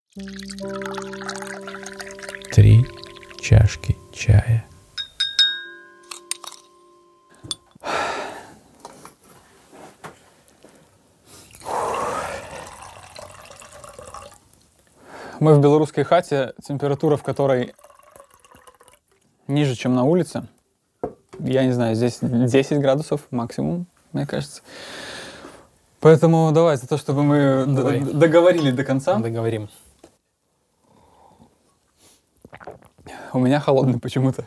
3 чашки чая. Мы в белорусской хате, температура в которой ниже, чем на улице. Я не знаю, здесь 10 градусов максимум, мне кажется. Поэтому давай, за то, чтобы мы договорили до конца. Договорим. У меня холодный почему-то.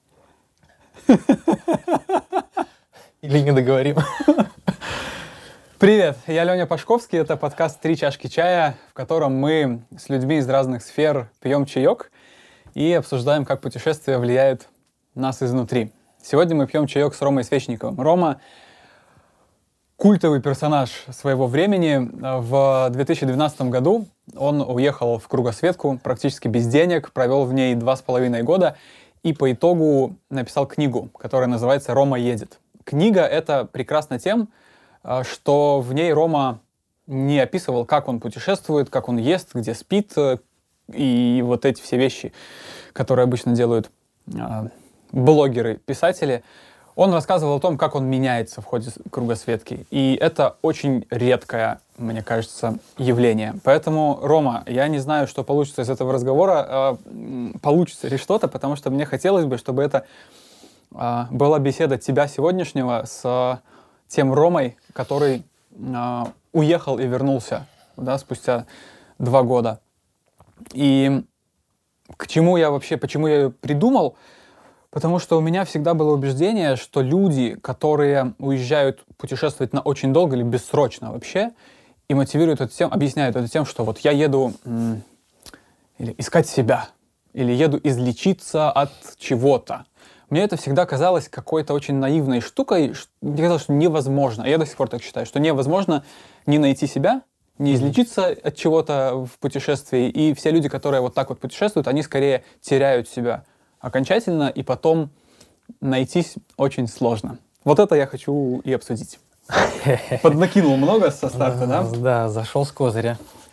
Или не договорим. Привет, я Леня Пашковский, это подкаст «Три чашки чая», в котором мы с людьми из разных сфер пьем чаек и обсуждаем, как путешествия влияют нас изнутри. Сегодня мы пьем чаек с Ромой Свечниковым. Рома — культовый персонаж своего времени. В 2012 году он уехал в кругосветку практически без денег, провел в ней 2,5 года и по итогу написал книгу, которая называется «Рома едет». Книга эта прекрасна тем, что в ней Рома не описывал, как он путешествует, как он ест, где спит, и вот эти все вещи, которые обычно делают блогеры, писатели. Он рассказывал о том, как он меняется в ходе кругосветки. И это очень редкое, мне кажется, явление. Поэтому, Рома, я не знаю, что получится из этого разговора, получится ли что-то, потому что мне хотелось бы, чтобы это была беседа тебя сегодняшнего с тем Ромой, который уехал и вернулся, да, спустя 2 года. И почему я ее придумал? Потому что у меня всегда было убеждение, что люди, которые уезжают путешествовать на очень долго или бессрочно вообще, и мотивируют это тем, объясняют это тем, что вот я еду или искать себя, или еду излечиться от чего-то. Мне это всегда казалось какой-то очень наивной штукой. Мне казалось, что невозможно, я до сих пор так считаю, что невозможно не найти себя, не излечиться от чего-то в путешествии. И все люди, которые вот так вот путешествуют, они скорее теряют себя окончательно, и потом найтись очень сложно. Вот это я хочу и обсудить. Поднакинул много со старта, да? Да, зашел с козыря.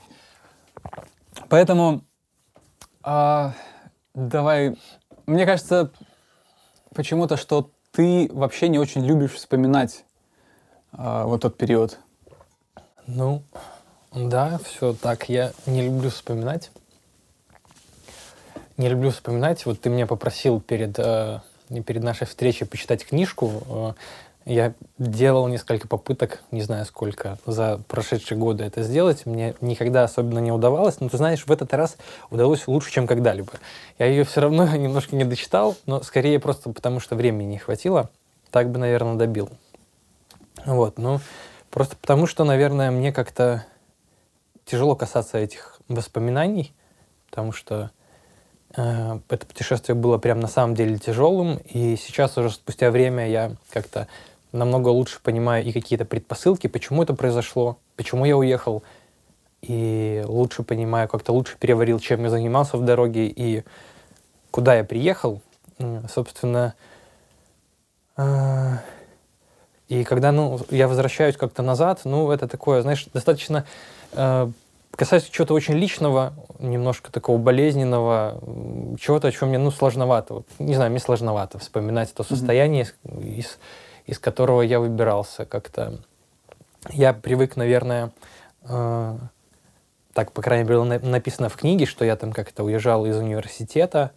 Поэтому давай, мне кажется, почему-то, что ты вообще не очень любишь вспоминать вот тот период. Ну, да, все так. Я не люблю вспоминать. Не люблю вспоминать. Вот ты меня попросил перед нашей встречей почитать книжку. Я делал несколько попыток, не знаю сколько, за прошедшие годы это сделать. Мне никогда особенно не удавалось. Но ты знаешь, в этот раз удалось лучше, чем когда-либо. Я ее все равно немножко не дочитал, но скорее просто потому, что времени не хватило. Так бы, наверное, добил. Вот, ну, просто потому, что, наверное, мне как-то тяжело касаться этих воспоминаний, потому что это путешествие было прям на самом деле тяжелым, и сейчас уже спустя время я как-то намного лучше понимаю и какие-то предпосылки, почему это произошло, почему я уехал, и лучше понимаю, как-то лучше переварил, чем я занимался в дороге и куда я приехал, собственно. И когда, я возвращаюсь как-то назад, это такое, знаешь, достаточно касается чего-то очень личного, немножко такого болезненного, чего-то, о чем мне, сложновато. Вот, не знаю, мне сложновато вспоминать то состояние, из которого я выбирался как-то. Я привык, наверное, так, по крайней мере, было написано в книге, что я там как-то уезжал из университета,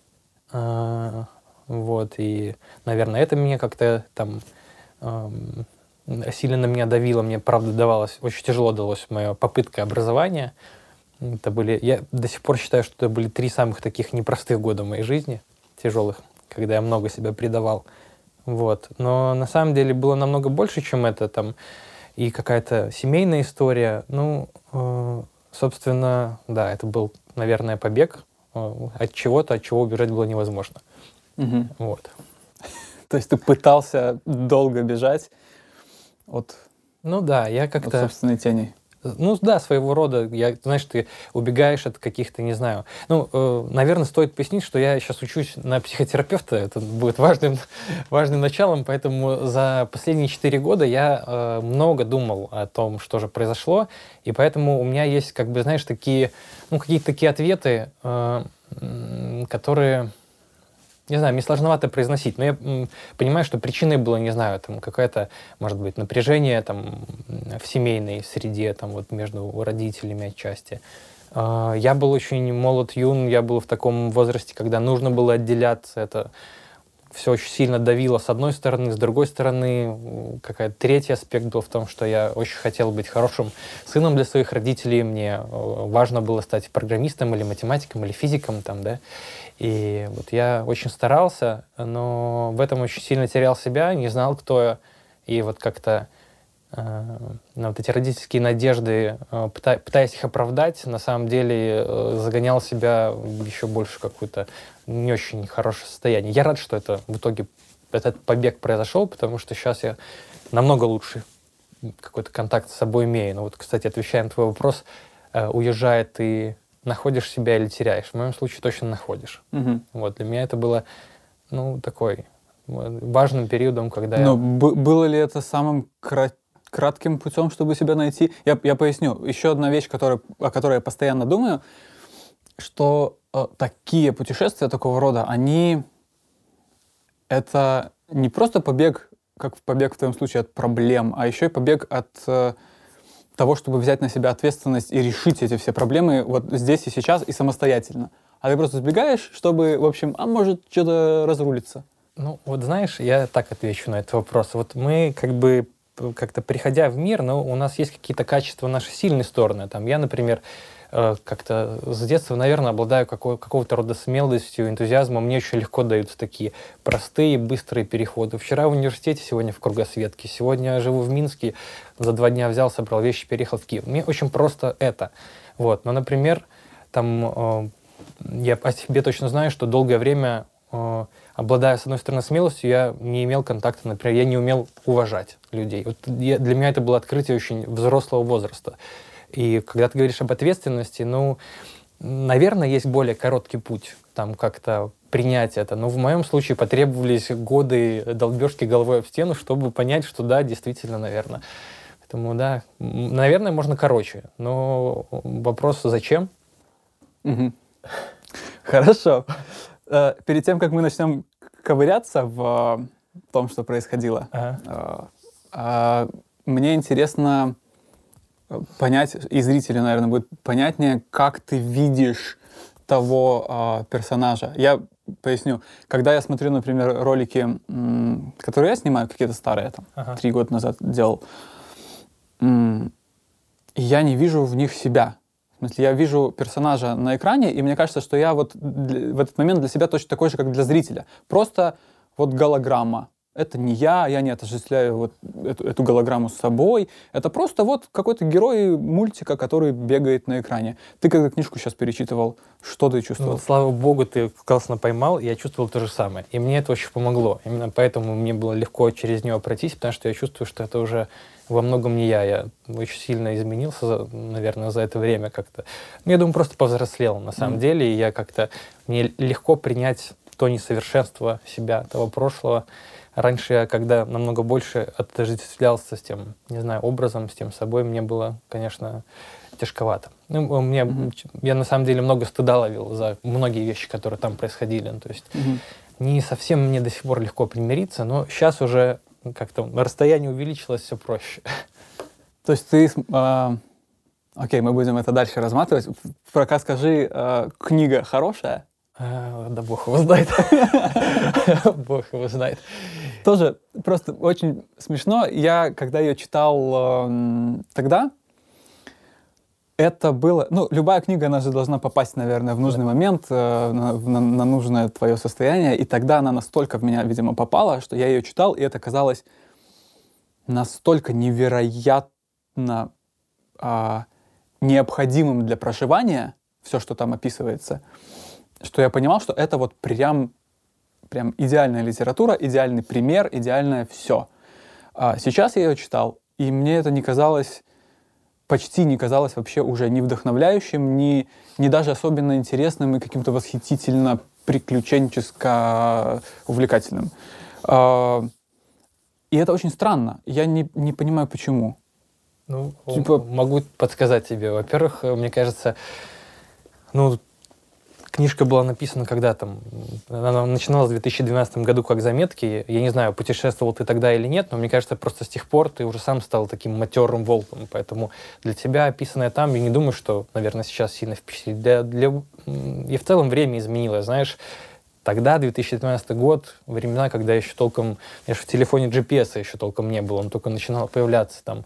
вот, и, наверное, это мне как-то там сильно на меня давило, мне, правда, давалось, очень тяжело далась моя попытка образования. Я до сих пор считаю, что это были 3 самых таких непростых года в моей жизни, тяжелых, когда я много себя предавал. Вот. Но на самом деле было намного больше, чем это, там, и какая-то семейная история. Собственно, да, это был, наверное, побег от чего-то, от чего убежать было невозможно. Вот. То есть ты пытался долго бежать от я как-то собственной тени. Ну да, своего рода. Знаешь, ты убегаешь от каких-то, не знаю. Наверное, стоит пояснить, что я сейчас учусь на психотерапевта. Это будет важным началом. Поэтому за последние 4 года я много думал о том, что же произошло. И поэтому у меня есть, как бы, знаешь, какие-то такие ответы, которые... Не знаю, мне сложновато произносить, но я понимаю, что причиной было, не знаю, там какое-то, может быть, напряжение там, в семейной среде, там, вот, между родителями отчасти. Я был очень молод, юн, я был в таком возрасте, когда нужно было отделяться, это все очень сильно давило с одной стороны, с другой стороны, какой-то третий аспект был в том, что я очень хотел быть хорошим сыном для своих родителей, мне важно было стать программистом или математиком или физиком, там, да. И вот я очень старался, но в этом очень сильно терял себя, не знал, кто я. И вот как-то вот эти родительские надежды, пытаясь их оправдать, на самом деле загонял себя еще больше в какое-то не очень хорошее состояние. Я рад, что это в итоге этот побег произошел, потому что сейчас я намного лучше какой-то контакт с собой имею. Но вот, кстати, отвечая на твой вопрос, уезжая, ты находишь себя или теряешь? В моем случае точно находишь. Угу. Вот, для меня это было, такой важным периодом, когда Но было ли это самым кратким путем, чтобы себя найти? Я поясню. Еще одна вещь, о которой я постоянно думаю, что такие путешествия такого рода, это не просто побег, как побег в твоем случае от проблем, а еще и побег от того, чтобы взять на себя ответственность и решить эти все проблемы вот здесь и сейчас и самостоятельно. А ты просто сбегаешь, чтобы, в общем, может что-то разрулиться. Вот знаешь, я так отвечу на этот вопрос. Вот мы как-то приходя в мир, у нас есть какие-то качества, наши сильные стороны. Там я, например, как-то с детства, наверное, обладаю какого-то рода смелостью, энтузиазмом. Мне очень легко даются такие простые, быстрые переходы. Вчера в университете, сегодня в кругосветке. Сегодня я живу в Минске, за 2 дня взял, собрал вещи, переехал в Киев. Мне очень просто это. Вот. Но, например, там я по себе точно знаю, что долгое время, обладая, с одной стороны, смелостью, я не имел контакта, например, я не умел уважать людей. Вот для меня это было открытие очень взрослого возраста. И когда ты говоришь об ответственности, наверное, есть более короткий путь, там как-то принять это. Но в моем случае потребовались годы долбежки головой об стену, чтобы понять, что да, действительно, наверное. Поэтому да, наверное, можно короче. Но вопрос зачем? Угу. Хорошо. Перед тем, как мы начнем ковыряться в том, что происходило, мне интересно понять, и зрителю, наверное, будет понятнее, как ты видишь того персонажа. Я поясню. Когда я смотрю, например, ролики, которые я снимаю, какие-то старые, 3 года назад делал, я не вижу в них себя. В смысле, я вижу персонажа на экране, и мне кажется, что я вот в этот момент для себя точно такой же, как для зрителя. Просто вот голограмма. Это не я не отождествляю вот эту голограмму с собой. Это просто вот какой-то герой мультика, который бегает на экране. Ты когда книжку сейчас перечитывал, что ты чувствовал? Слава богу, ты классно поймал, я чувствовал то же самое. И мне это очень помогло. Именно поэтому мне было легко через нее пройтись, потому что я чувствую, что это уже во многом не я. Я очень сильно изменился, наверное, за это время как-то. Я думаю, просто повзрослел на самом деле. И мне легко принять то несовершенство себя, того прошлого. Раньше я, когда намного больше отождествлялся с тем, не знаю, образом, с тем собой, мне было, конечно, тяжковато. Я на самом деле много стыда ловил за многие вещи, которые там происходили. То есть не совсем мне до сих пор легко примириться, но сейчас уже как-то расстояние увеличилось, все проще. То есть ты... Окей, мы будем это дальше разматывать. Пока скажи, книга хорошая? Да бог его знает. Бог его знает. Тоже просто очень смешно. Я, когда ее читал тогда, это было... любая книга, она же должна попасть, наверное, в нужный момент, на нужное твое состояние. И тогда она настолько в меня, видимо, попала, что я ее читал, и это казалось настолько невероятно необходимым для проживания, все, что там описывается, что я понимал, что это вот прям идеальная литература, идеальный пример, идеальное все. Сейчас я ее читал, и мне это не казалось почти не казалось вообще уже ни вдохновляющим, ни даже особенно интересным и каким-то восхитительно приключенческо увлекательным. И это очень странно. Я не понимаю, почему. Ну, могу подсказать тебе. Во-первых, мне кажется, книжка была написана когда там, она начиналась в 2012 году как заметки. Я не знаю, путешествовал ты тогда или нет, но мне кажется, просто с тех пор ты уже сам стал таким матерым волком. Поэтому для тебя описанное там, я не думаю, что, наверное, сейчас сильно впечатлит. И в целом время изменилось, знаешь. Тогда, 2012 год, времена, когда еще толком, в телефоне GPS еще толком не было, он только начинал появляться там.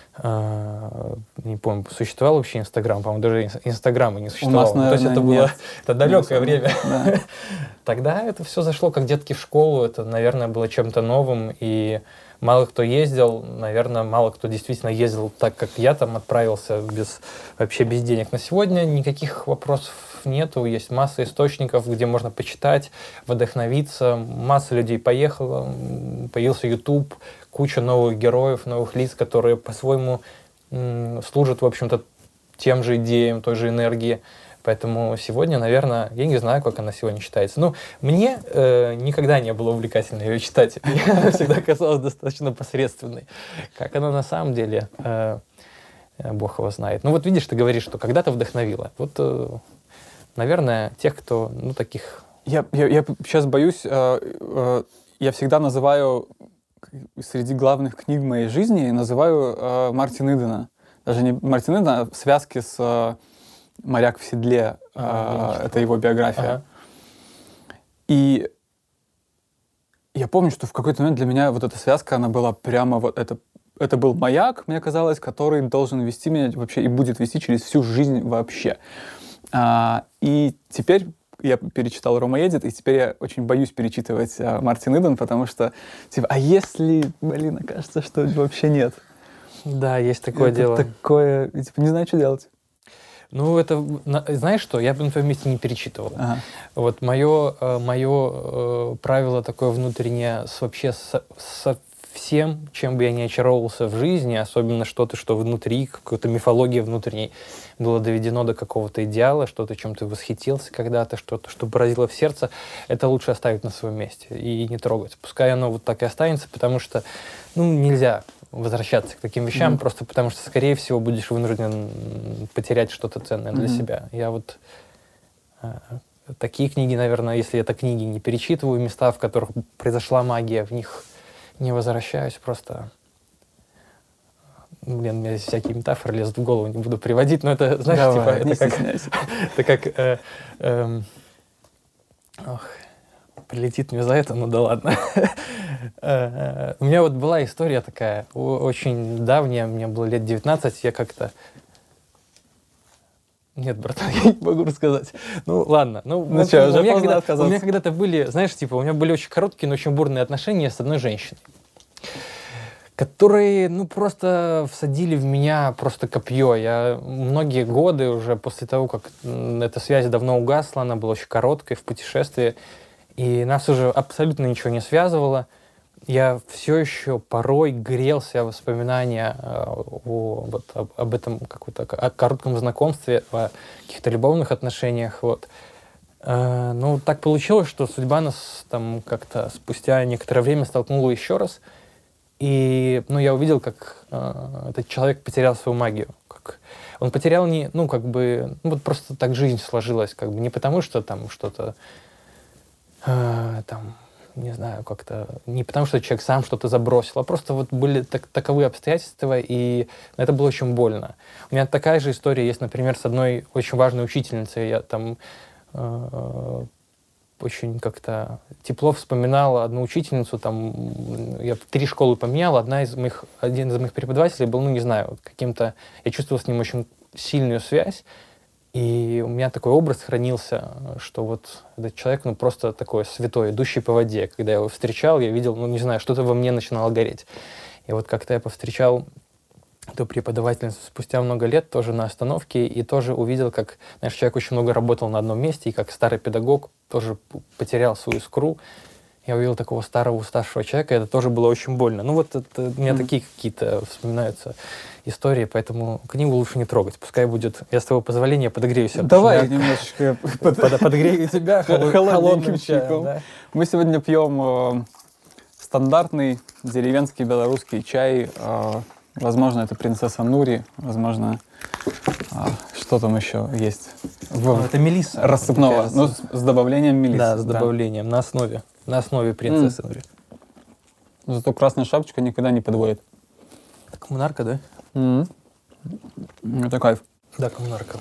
Не помню, существовал вообще Инстаграм, по-моему, даже Инстаграма не существовало. У нас, наверное, то есть это было далекое время. Да. Тогда это все зашло как детки в школу, это, наверное, было чем-то новым, и мало кто ездил, наверное, мало кто действительно ездил так, как я там отправился, вообще без денег. На сегодня никаких вопросов нету, есть масса источников, где можно почитать, вдохновиться, масса людей поехала, появился YouTube, куча новых героев, новых лиц, которые по-своему служат, в общем-то, тем же идеям, той же энергии. Поэтому сегодня, наверное, я не знаю, как она сегодня читается. Ну, мне никогда не было увлекательно ее читать. Она всегда казалась достаточно посредственной. Как она на самом деле, Бог его знает. Ну вот видишь, ты говоришь, что когда-то вдохновила. Вот, наверное, тех, кто, таких... Я сейчас боюсь, я всегда называю, среди главных книг моей жизни, называю Мартина Идена. Даже не Мартина Идена, а в связке с «Моряк в седле», это его биография. Ага. И я помню, что в какой-то момент для меня вот эта связка, она была прямо вот это был маяк, мне казалось, который должен вести меня вообще и будет вести через всю жизнь вообще. И теперь я перечитал «Рома едет», и теперь я очень боюсь перечитывать Мартин Иден, потому что, а если, окажется, что вообще нет? Да, есть такое дело. Такое, не знаю, что делать. Ну, это, знаешь что, я бы на твоем месте не перечитывал. Ага. Вот мое правило такое внутреннее вообще со всем, чем бы я не очаровывался в жизни, особенно что-то, что внутри, какая-то мифология внутренней, было доведено до какого-то идеала, что-то, чем ты восхитился когда-то, что-то, что поразило в сердце, это лучше оставить на своем месте и не трогать. Пускай оно вот так и останется, потому что, нельзя возвращаться к таким вещам, просто потому что, скорее всего, будешь вынужден потерять что-то ценное для себя. Я вот такие книги, наверное, если это книги, не перечитываю, места, в которых произошла магия, в них не возвращаюсь, просто... у меня всякие метафоры лезут в голову, не буду приводить, но это, знаешь, давай, это как... Прилетит мне за это, да ладно. У меня вот была история такая, очень давняя, мне было лет 19, я как-то... Нет, братан, я не могу рассказать. Ладно. У меня когда-то были, знаешь, у меня были очень короткие, но очень бурные отношения с одной женщиной, которые, просто всадили в меня просто копье. Я многие годы уже после того, как эта связь давно угасла, она была очень короткой, в путешествии, и нас уже абсолютно ничего не связывало. Я все еще порой грелся воспоминания об этом о коротком знакомстве, о каких-то любовных отношениях. Так получилось, что судьба нас там как-то спустя некоторое время столкнула еще раз. И я увидел, как этот человек потерял свою магию. Как он потерял просто так жизнь сложилась. Не потому, что там что-то... не знаю, как-то... Не потому, что человек сам что-то забросил, а просто были таковые обстоятельства, и это было очень больно. У меня такая же история есть, например, с одной очень важной учительницей. Я там очень как-то тепло вспоминал одну учительницу. Я 3 школы поменял, один из моих преподавателей был, не знаю, каким-то... Я чувствовал с ним очень сильную связь. И у меня такой образ хранился, что вот этот человек, просто такой святой, идущий по воде. Когда я его встречал, я видел, не знаю, что-то во мне начинало гореть. И вот как-то я повстречал эту преподавательницу спустя много лет, тоже на остановке, и тоже увидел, как, знаешь, человек очень много работал на одном месте, и как старый педагог тоже потерял свою искру. я увидел такого старого уставшего человека, это тоже было очень больно. Ну вот это, у меня такие какие-то вспоминаются истории, поэтому книгу лучше не трогать. Пускай будет, я с твоего позволения подогреюсь. Давай немножечко подогрею тебя холодным чаем. Да. Мы сегодня пьем стандартный деревенский белорусский чай. Возможно, это принцесса Нури, возможно, что там еще есть. Это мелисса. Рассыпного, ну, с добавлением мелиссы. Да, с добавлением, на основе принцессы Нури. Зато красная шапочка никогда не подводит. Коммунарка, да? Это кайф. Да, коммунарка.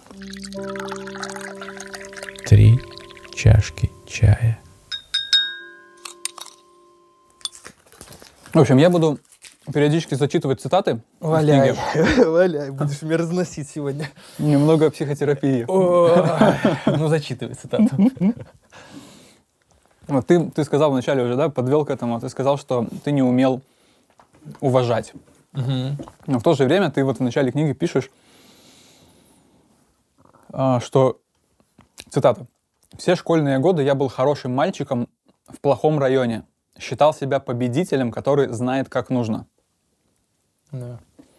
3 чашки чая. В общем, я буду периодически зачитывать цитаты. Валяй, валяй, будешь меня разносить сегодня. Немного психотерапии. Ну, зачитывай цитату. Вот ты сказал вначале уже, да, подвел к этому, ты сказал, что ты не умел уважать. Но в то же время ты вот в начале книги пишешь, что, цитата, «Все школьные годы я был хорошим мальчиком в плохом районе. Считал себя победителем, который знает, как нужно». Да.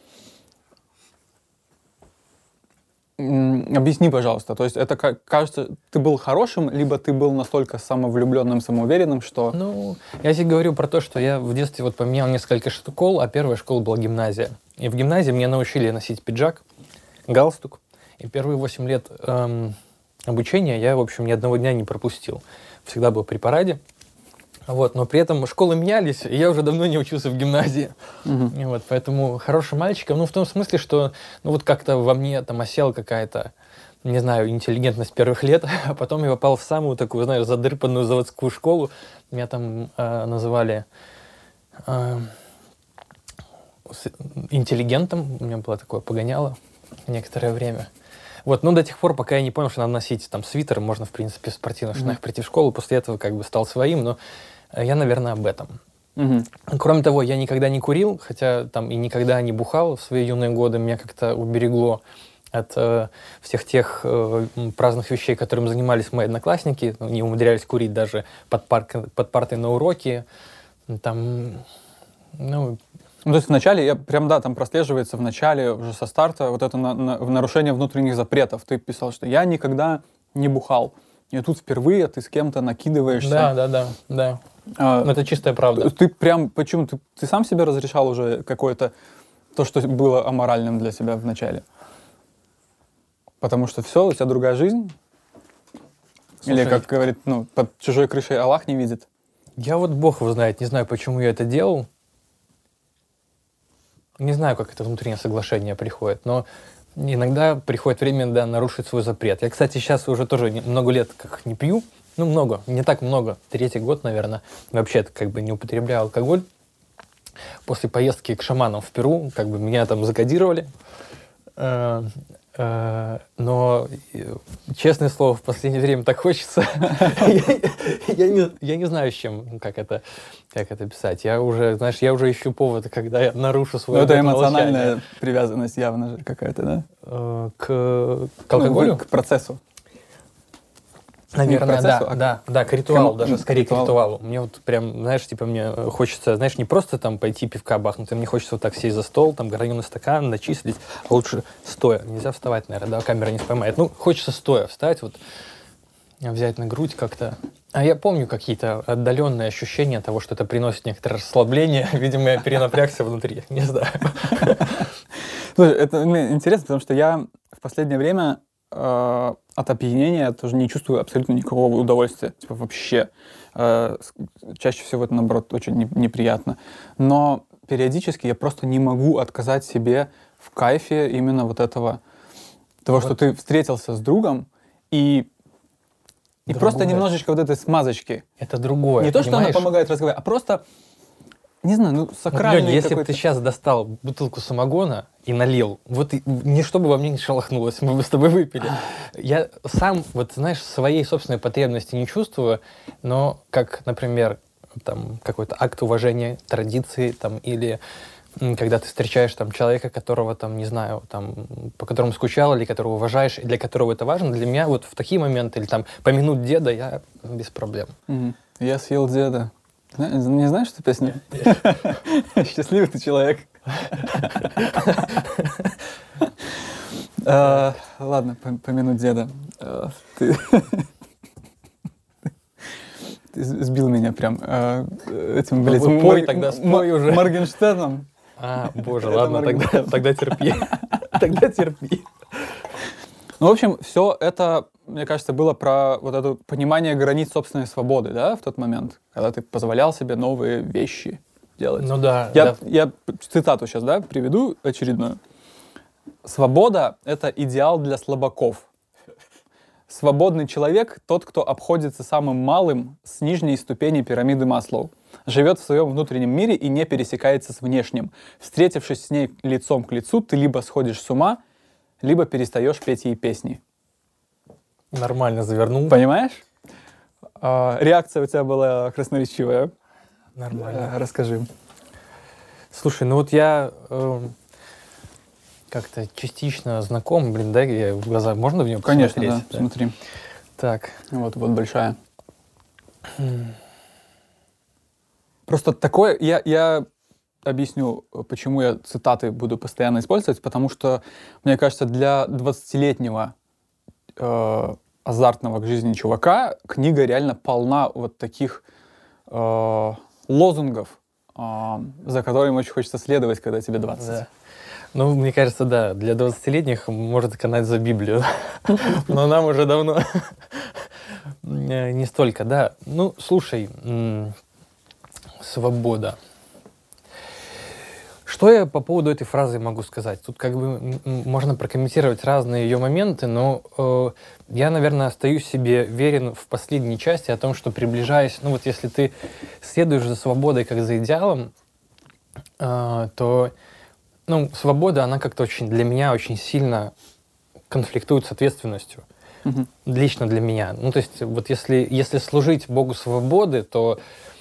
Объясни, пожалуйста. То есть это, кажется, ты был хорошим, либо ты был настолько самовлюбленным, самоуверенным, что... Ну, я тебе говорю про то, что я в детстве вот поменял несколько школ, а первая школа была гимназия. И в гимназии меня научили носить пиджак, галстук. И первые 8 лет обучения я, в общем, ни одного дня не пропустил. Всегда был при параде. Вот, но при этом школы менялись, и я уже давно не учился в гимназии. И вот, поэтому хорошим мальчиком, ну, в том смысле, что ну, вот как-то во мне там осела какая-то, не знаю, интеллигентность первых лет, а потом я попал в самую такую, знаешь, задырпанную заводскую школу. Меня там называли интеллигентом, у меня было такое погоняло некоторое время. Вот, ну, до тех пор, пока я не понял, что надо носить там свитер, можно, в принципе, в спортивных штанах прийти в школу, после этого как бы стал своим, но я, наверное, об этом. Кроме того, я никогда не курил, хотя там и никогда не бухал в свои юные годы, меня как-то уберегло от всех тех праздных вещей, которыми занимались мои одноклассники, не умудрялись курить даже под партой на уроке, там, ну... Ну, то есть вначале, я прям, да, там прослеживается в начале, уже со старта, вот это нарушение внутренних запретов. Ты писал, что я никогда не бухал. И тут впервые ты с кем-то накидываешься. Да. Но это чистая правда. Ты прям, почему? Ты сам себе разрешал уже какое-то, то, что было аморальным для себя в начале? Потому что все, у тебя другая жизнь? Слушай, или, как говорит, ну, под чужой крышей Аллах не видит? Я вот Бог его знает, не знаю, почему я это делал. Не знаю, как это внутреннее соглашение приходит, но иногда приходит время, да, нарушить свой запрет. Я, кстати, сейчас уже тоже много лет как не пью. Ну, много, не так много. 3-й год, наверное. Вообще как бы не употребляю алкоголь. После поездки к шаманам в Перу, как бы меня там закодировали. Но, честное слово, в последнее время так хочется. Я не знаю, с чем, как это писать. Я уже, знаешь, ищу повод, когда я нарушу свой... Это эмоциональная привязанность явно же какая-то, да? К алкоголю? К процессу. Наверное, процессу, да, к ритуалу, даже скорее к ритуалу. Мне вот прям, знаешь, типа мне хочется, знаешь, не просто там пойти пивка бахнуть, а мне хочется вот так сесть за стол, там граненый стакан, начислить, а лучше стоя. Нельзя вставать, наверное, да, камера не споймает. Ну, хочется стоя встать, вот, взять на грудь как-то. А я помню какие-то отдаленные ощущения того, что это приносит некоторое расслабление. Видимо, я перенапрягся внутри, не знаю. Слушай, это мне интересно, потому что я в последнее время от опьянения тоже не чувствую абсолютно никакого удовольствия. Типа вообще. Чаще всего это, наоборот, очень неприятно. Но периодически я просто не могу отказать себе в кайфе именно вот этого, того, что ты встретился с другом и просто немножечко вот этой смазочки. Это другое. Не то, что она помогает разговаривать, а просто, не знаю, ну, сакральный Лёнь, если бы какой-то... ты сейчас достал бутылку самогона и налил, вот ничто бы во мне не шелохнулось, мы бы с тобой выпили. Я сам, вот знаешь, своей собственной потребности не чувствую, но как, например, там какой-то акт уважения традиции, там, или когда ты встречаешь там человека, которого там, не знаю, там, по которому скучал, или которого уважаешь, и для которого это важно, для меня вот в такие моменты, или там помянуть деда, я без проблем. Я съел деда. Не знаешь эту песню? Счастливый ты человек. Ладно, помяну деда. Ты сбил меня прям этим, блядь, Пой тогда, спой уже. Моргенштерном. Боже, ладно, тогда терпи. Тогда терпи. Ну, в общем, все это, мне кажется, было про вот это понимание границ собственной свободы, да, в тот момент, когда ты позволял себе новые вещи делать. Ну да. Я цитату сейчас, да, приведу очередную. «Свобода — это идеал для слабаков. Свободный человек — тот, кто обходится самым малым с нижней ступени пирамиды Маслоу, живет в своем внутреннем мире и не пересекается с внешним. Встретившись с ней лицом к лицу, ты либо сходишь с ума, либо перестаешь петь ей песни». Нормально завернул. Понимаешь? Реакция у тебя была красноречивая. Нормально. Расскажи. Слушай, ну вот я как-то частично знаком, да, я в глаза, можно в нее посмотреть? Конечно, да, смотри. Так. Вот большая. Просто такое, я объясню, почему я цитаты буду постоянно использовать, потому что, мне кажется, для 20-летнего азартного к жизни чувака книга реально полна вот таких лозунгов, за которыми очень хочется следовать, когда тебе 20. Да. Ну, мне кажется, да, для 20-летних может канать за Библию, но нам уже давно не столько, да. Ну, слушай, свобода. Что я по поводу этой фразы могу сказать? Тут как бы можно прокомментировать разные ее моменты, но я, наверное, остаюсь себе верен в последней части о том, что приближаясь, ну вот если ты следуешь за свободой как за идеалом, то свобода, она как-то очень для меня очень сильно конфликтует с ответственностью. Лично для меня. Ну, то есть, вот если служить Богу свободы, то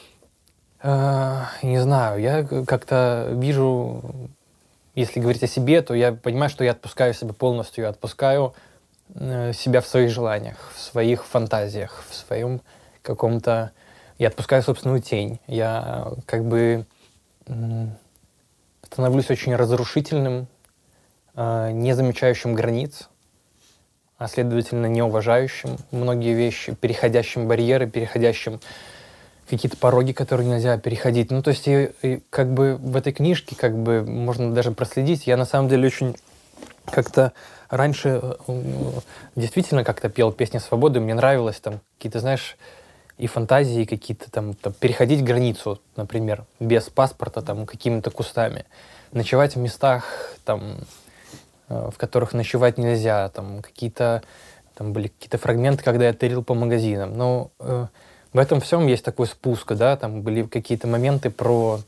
не знаю, я как-то вижу, если говорить о себе, то я понимаю, что я отпускаю себя полностью, я отпускаю себя в своих желаниях, в своих фантазиях, в своем каком-то... Я отпускаю собственную тень. Я как бы становлюсь очень разрушительным, не замечающим границ, а следовательно не уважающим многие вещи, переходящим барьеры, переходящим какие-то пороги, которые нельзя переходить. Ну, то есть, и как бы в этой книжке, как бы можно даже проследить, я на самом деле очень как-то раньше действительно как-то пел песни свободы, мне нравилось там какие-то, знаешь, и фантазии какие-то там переходить границу, например, без паспорта, там, какими-то кустами, ночевать в местах, там, в которых ночевать нельзя, там, какие-то, там были какие-то фрагменты, когда я тырил по магазинам, но в этом всем есть такой спуск, да, там были какие-то моменты про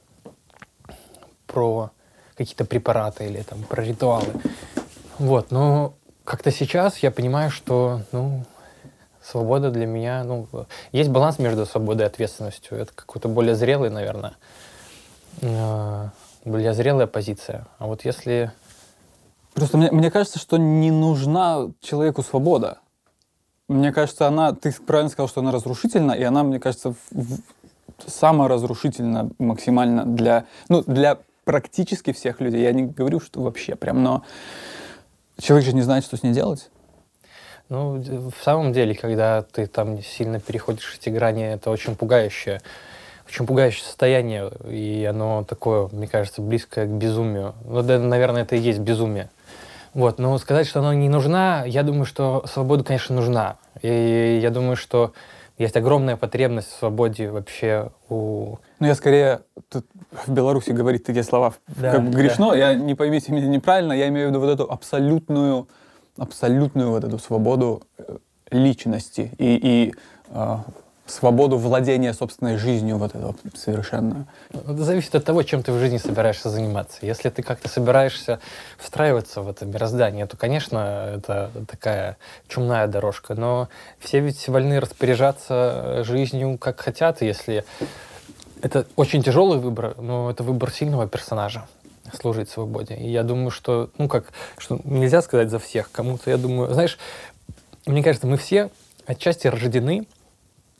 какие-то препараты или там про ритуалы. Вот, но как-то сейчас я понимаю, что, свобода для меня, есть баланс между свободой и ответственностью. Это какой-то более зрелый, наверное, более зрелая позиция. А вот если... Просто мне кажется, что не нужна человеку свобода. Мне кажется, ты правильно сказал, что она разрушительна, и она, мне кажется, саморазрушительна максимально для практически всех людей. Я не говорю, что вообще прям, но человек же не знает, что с ней делать. Ну, в самом деле, когда ты там сильно переходишь эти грани, это очень пугающее состояние, и оно такое, мне кажется, близкое к безумию. Ну, да, наверное, это и есть безумие. Вот, но сказать, что она не нужна, я думаю, что свобода, конечно, нужна. И я думаю, что есть огромная потребность в свободе вообще у... Ну, я скорее... Тут в Беларуси говорить такие слова как бы грешно. Да. Я, не поймите меня неправильно, я имею в виду вот эту абсолютную вот эту свободу личности и свободу владения собственной жизнью, вот эту совершенную. Это зависит от того, чем ты в жизни собираешься заниматься. Если ты как-то собираешься встраиваться в это мироздание, то, конечно, это такая чумная дорожка. Но все ведь вольны распоряжаться жизнью как хотят, если... Это очень тяжелый выбор, но это выбор сильного персонажа. Служить свободе. И я думаю, что, что нельзя сказать за всех. Кому-то, я думаю... Знаешь, мне кажется, мы все отчасти рождены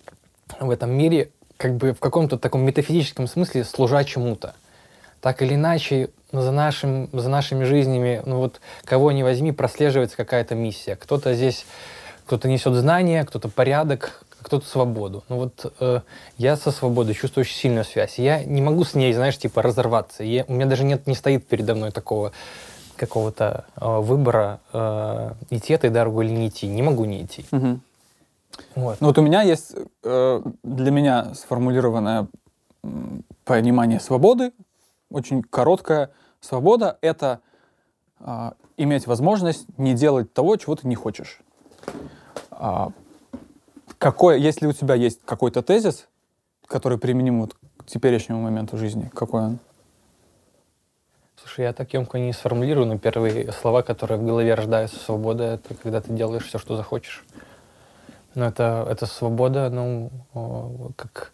в этом мире, как бы в каком-то таком метафизическом смысле служа чему-то. Так или иначе, за нашими жизнями, ну вот кого ни возьми, прослеживается какая-то миссия. Кто-то здесь, кто-то несет знания, кто-то порядок, кто-то свободу. Ну вот я со свободой чувствую очень сильную связь. Я не могу с ней, знаешь, типа разорваться. У меня даже не стоит передо мной такого какого-то выбора, идти этой дорогой или не идти. Не могу не идти. Угу. Вот. Ну вот у меня есть для меня сформулированное понимание свободы, очень короткое. Свобода — это иметь возможность не делать того, чего ты не хочешь. Если у тебя есть какой-то тезис, который применим вот к теперешнему моменту жизни, какой он? Слушай, я так емко не сформулирую, но первые слова, которые в голове рождаются: свобода — это когда ты делаешь все, что захочешь. Но это свобода, ну, как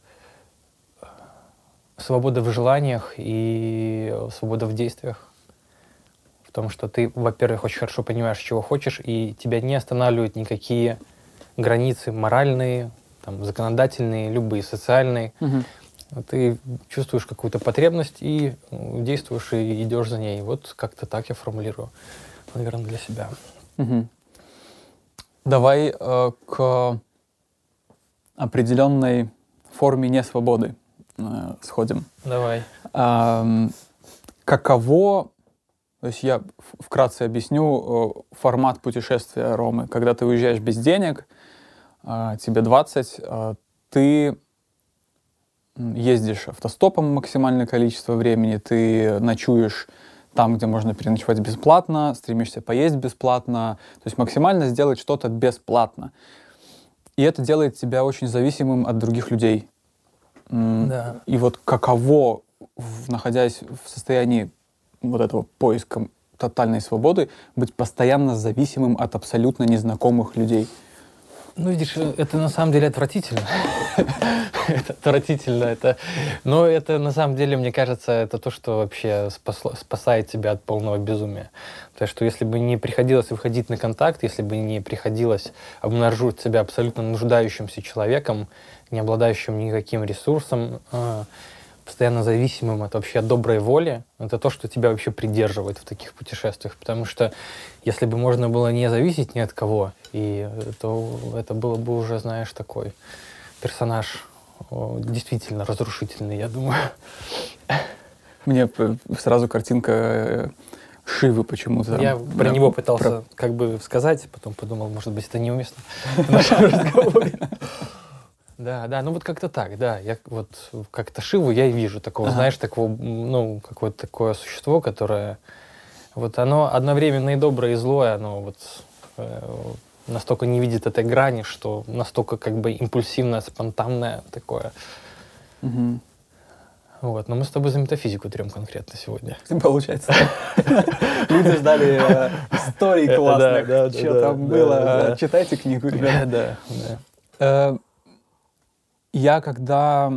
свобода в желаниях и свобода в действиях. В том, что ты, во-первых, очень хорошо понимаешь, чего хочешь, и тебя не останавливают никакие границы моральные, там, законодательные, любые, социальные. Угу. Ты чувствуешь какую-то потребность и действуешь, и идешь за ней. Вот как-то так я формулирую, наверное, для себя. Угу. Давай к определенной форме несвободы сходим. Давай. Каково, то есть я вкратце объясню формат путешествия Ромы. Когда ты уезжаешь без денег, тебе 20, ты ездишь автостопом максимальное количество времени, ты ночуешь там, где можно переночевать бесплатно, стремишься поесть бесплатно, то есть максимально сделать что-то бесплатно. И это делает тебя очень зависимым от других людей. Да. И вот каково, находясь в состоянии вот этого поиска тотальной свободы, быть постоянно зависимым от абсолютно незнакомых людей? Ну, видишь, это на самом деле отвратительно. Это отвратительно. Но это на самом деле, мне кажется, это то, что вообще спасает тебя от полного безумия. Потому что если бы не приходилось выходить на контакт, если бы не приходилось обнаружить себя абсолютно нуждающимся человеком, не обладающим никаким ресурсом, постоянно зависимым от вообще доброй воли, это то, что тебя вообще придерживает в таких путешествиях. Потому что если бы можно было не зависеть ни от кого, то это было бы уже, знаешь, такой персонаж действительно разрушительный, я думаю. Мне сразу картинка Шивы почему-то. Я про него пытался как бы сказать, потом подумал, может быть, это неуместно в нашем разговоре. Да, ну вот как-то так, да. Я вот как-то Шиву я и вижу такого, знаешь, такого, ну, какое-то такое существо, которое вот оно одновременно и доброе, и злое, оно вот настолько не видит этой грани, что настолько как бы импульсивное, спонтанное такое. Угу. Вот, но мы с тобой за метафизику трем конкретно сегодня. Получается. Люди ждали историй классных, что там было. Читайте книгу, ребята. Да. Я когда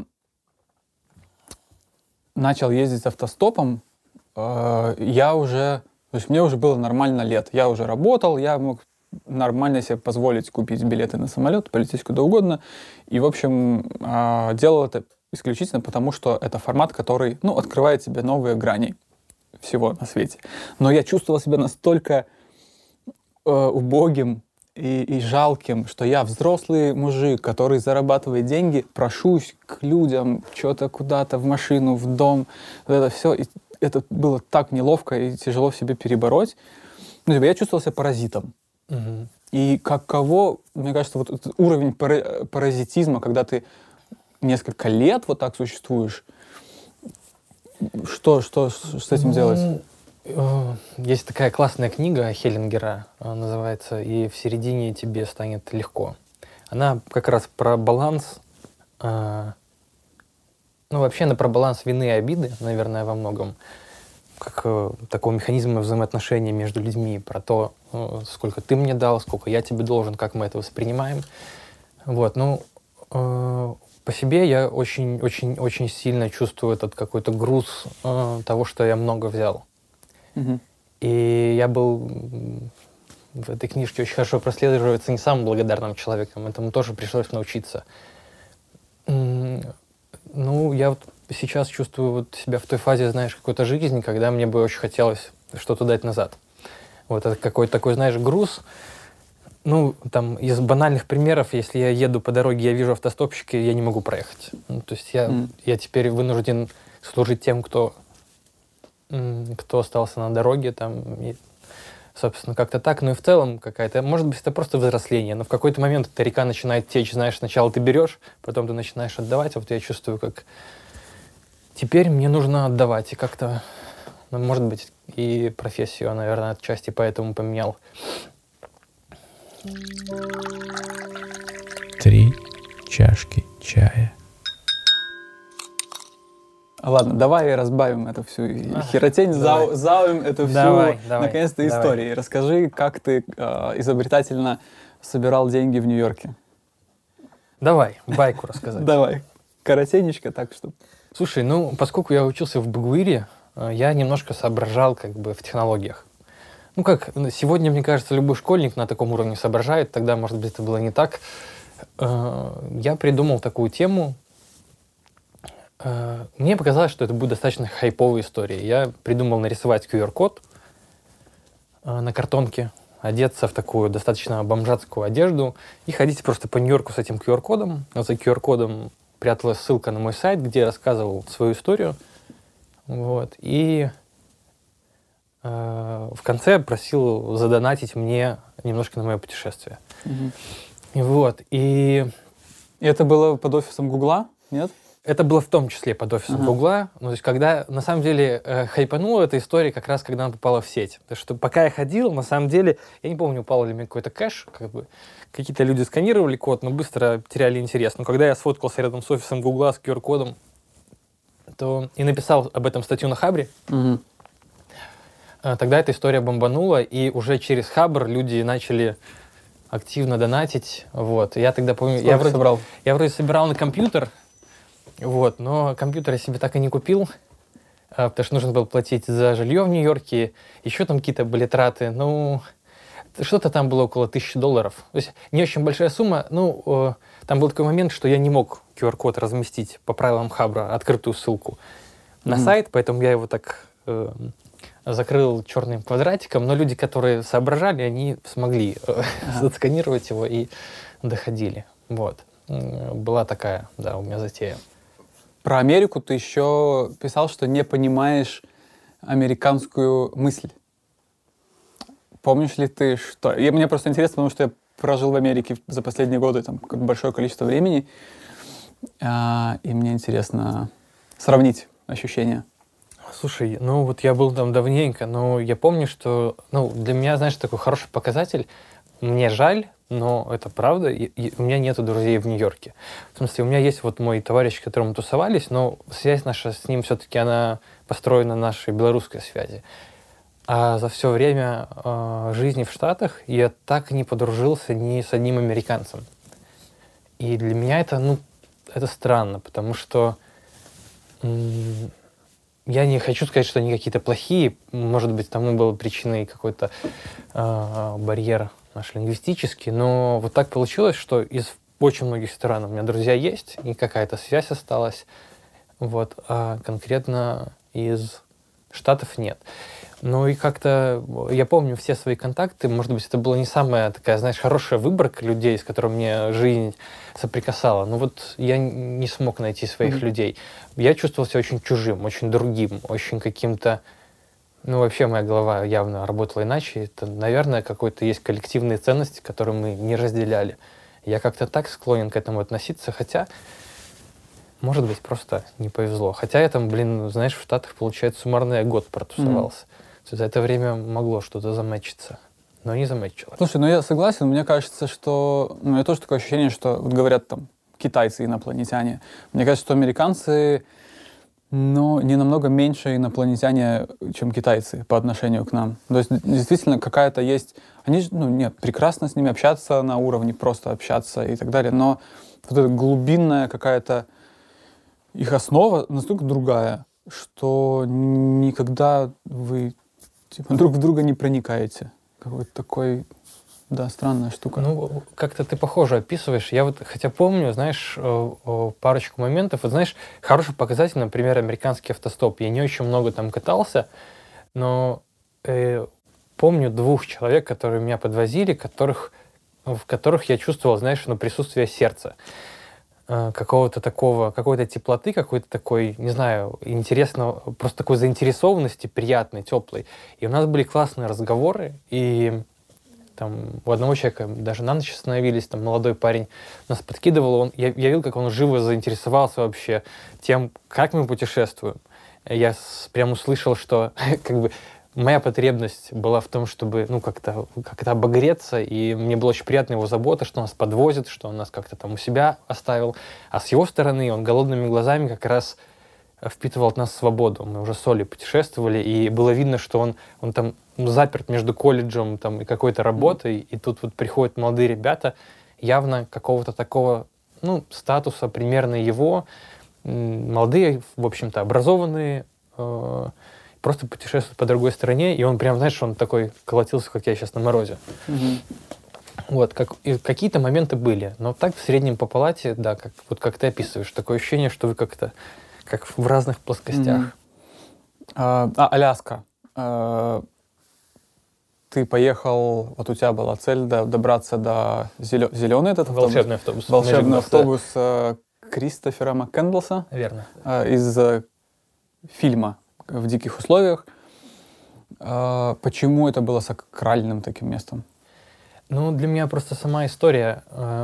начал ездить автостопом, то есть мне уже было нормально лет. Я уже работал, я мог нормально себе позволить купить билеты на самолет, полететь куда угодно. И, в общем, делал это исключительно потому, что это формат, который, открывает тебе новые грани всего на свете. Но я чувствовал себя настолько убогим и жалким, что я взрослый мужик, который зарабатывает деньги, прошусь к людям, что-то куда-то, в машину, в дом. Вот это все. И это было так неловко и тяжело в себе перебороть. Я чувствовал себя паразитом. Угу. И каково, мне кажется, вот этот уровень паразитизма, когда ты несколько лет вот так существуешь, что с этим делать? Есть такая классная книга Хеллингера, называется «И в середине тебе станет легко». Она как раз про баланс, вообще она про баланс вины и обиды, наверное, во многом, как такого механизма взаимоотношений между людьми, про то, сколько ты мне дал, сколько я тебе должен, как мы это воспринимаем. Вот, по себе я очень сильно чувствую этот какой-то груз того, что я много взял. Угу. И я был в этой книжке очень хорошо прослеживается не самым благодарным человеком. Этому тоже пришлось научиться. Ну, я вот сейчас чувствую вот себя в той фазе, знаешь, какой-то жизни, когда мне бы очень хотелось что-то дать назад. Вот это какой-то такой, знаешь, груз. Ну, там, из банальных примеров, если я еду по дороге, я вижу автостопщики, я не могу проехать. Ну, то есть я теперь вынужден служить тем, кто остался на дороге, там, и, собственно, как-то так. Ну и в целом какая-то, может быть, это просто взросление, но в какой-то момент эта река начинает течь, знаешь, сначала ты берешь, потом ты начинаешь отдавать, а вот я чувствую, как теперь мне нужно отдавать, и как-то, ну, может быть, и профессию, наверное, отчасти поэтому поменял. 3 чашки чая. Ладно, давай разбавим эту всю херотень, заумим эту всю, наконец-то, историю. Расскажи, как ты изобретательно собирал деньги в Нью-Йорке. Давай, байку рассказать. Давай, коротенечко так, чтобы... Слушай, ну, поскольку я учился в БГУИРе, я немножко соображал как бы в технологиях. Ну как, сегодня, мне кажется, любой школьник на таком уровне соображает, тогда, может быть, это было не так. Я придумал такую тему. Мне показалось, что это будет достаточно хайповая история. Я придумал нарисовать QR-код на картонке, одеться в такую достаточно бомжатскую одежду и ходить просто по Нью-Йорку с этим QR-кодом. А за QR-кодом пряталась ссылка на мой сайт, где я рассказывал свою историю. Вот. И в конце просил задонатить мне немножко на мое путешествие. И вот. И это было под офисом Гугла, нет? Это было в том числе под офисом Гугла. Ну, то есть, когда, на самом деле, хайпанула эта история как раз, когда она попала в сеть. Потому что пока я ходил, на самом деле, я не помню, упал ли мне какой-то кэш, как бы, какие-то люди сканировали код, но быстро теряли интерес. Но когда я сфоткался рядом с офисом Гугла с QR-кодом, то и написал об этом статью на Хабре, тогда эта история бомбанула, и уже через Хабр люди начали активно донатить. Вот. И я тогда помню... Я вроде собирал на компьютер, вот, но компьютер я себе так и не купил, потому что нужно было платить за жилье в Нью-Йорке, еще там какие-то были траты, ну, что-то там было около $1000. То есть не очень большая сумма, ну, там был такой момент, что я не мог QR-код разместить по правилам Хабра, открытую ссылку на сайт, поэтому я его так закрыл черным квадратиком, но люди, которые соображали, они смогли отсканировать его и доходили. Вот. Была такая, да, у меня затея. Про Америку ты еще писал, что не понимаешь американскую мысль. Помнишь ли ты что? И мне просто интересно, потому что я прожил в Америке за последние годы там большое количество времени, и мне интересно сравнить ощущения. Слушай, ну вот я был там давненько, но я помню, что, ну, для меня, знаешь, такой хороший показатель. Мне жаль, но это правда, и у меня нету друзей в Нью-Йорке. В смысле, у меня есть вот мой товарищ, с которым мы тусовались, но связь наша с ним все-таки, она построена на нашей белорусской связи. А за все время жизни в Штатах я так и не подружился ни с одним американцем. И для меня это, ну, это странно, потому что я не хочу сказать, что они какие-то плохие. Может быть, тому была причиной какой-то барьер наш лингвистический. Но вот так получилось, что из очень многих стран у меня друзья есть, и какая-то связь осталась. Вот, а конкретно из Штатов нет. Ну и как-то я помню все свои контакты. Может быть, это была не самая такая, знаешь, хорошая выборка людей, с которыми мне жизнь соприкасала. Но вот я не смог найти своих людей. Я чувствовал себя очень чужим, очень другим, очень каким-то... Ну, вообще моя голова явно работала иначе. Это, наверное, какой-то есть коллективные ценности, которые мы не разделяли. Я как-то так склонен к этому относиться, хотя... Может быть, просто не повезло. Хотя я там, знаешь, в Штатах, получается, суммарно я год протусовался. За это время могло что-то замэчиться, но не замэчилось. Слушай, ну я согласен. Мне кажется, что... Ну, у меня тоже такое ощущение, что вот говорят там китайцы, инопланетяне. Мне кажется, что американцы, ну, не намного меньше инопланетяне, чем китайцы по отношению к нам. То есть действительно какая-то есть... Они же, ну, нет, прекрасно с ними общаться на уровне просто общаться и так далее, но вот эта глубинная какая-то их основа настолько другая, что никогда вы типа, друг в друга не проникаете. Какой-то такой Да, странная штука. Ну, как-то ты похоже описываешь. Я вот, хотя помню, знаешь, парочку моментов. Вот знаешь, хороший показатель, например, американский автостоп. Я не очень много там катался, но помню 2 человек, которые меня подвозили, в которых я чувствовал, знаешь, присутствие сердца. Какого-то такого, какой-то теплоты, какой-то такой, не знаю, интересного, просто такой заинтересованности, приятной, теплой. И у нас были классные разговоры, и там у одного человека даже на ночь остановились, там молодой парень нас подкидывал, я видел, как он живо заинтересовался вообще тем, как мы путешествуем. Я прям услышал, что как бы моя потребность была в том, чтобы как-то обогреться, и мне было очень приятно его забота, что он нас подвозит, что он нас как-то там у себя оставил. А с его стороны он голодными глазами как раз впитывал от нас свободу. Мы уже с Олей путешествовали, и было видно, что он там заперт между колледжем там, и какой-то работой, и тут вот приходят молодые ребята, явно какого-то такого статуса примерно его, молодые, в общем-то, образованные, просто путешествуют по другой стране, и он прям, знаешь, он такой колотился, как я сейчас на морозе. Вот, какие-то моменты были, но так в среднем по палате, да, как ты описываешь, такое ощущение, что вы как-то как в разных плоскостях. Аляска. Ты поехал, вот у тебя была цель добраться до зеленый этот автобус? Волшебный автобус. Волшебный автобус Кристофера МакКендлса. Верно. Из фильма «В диких условиях». Почему это было сакральным таким местом? Ну, для меня просто сама история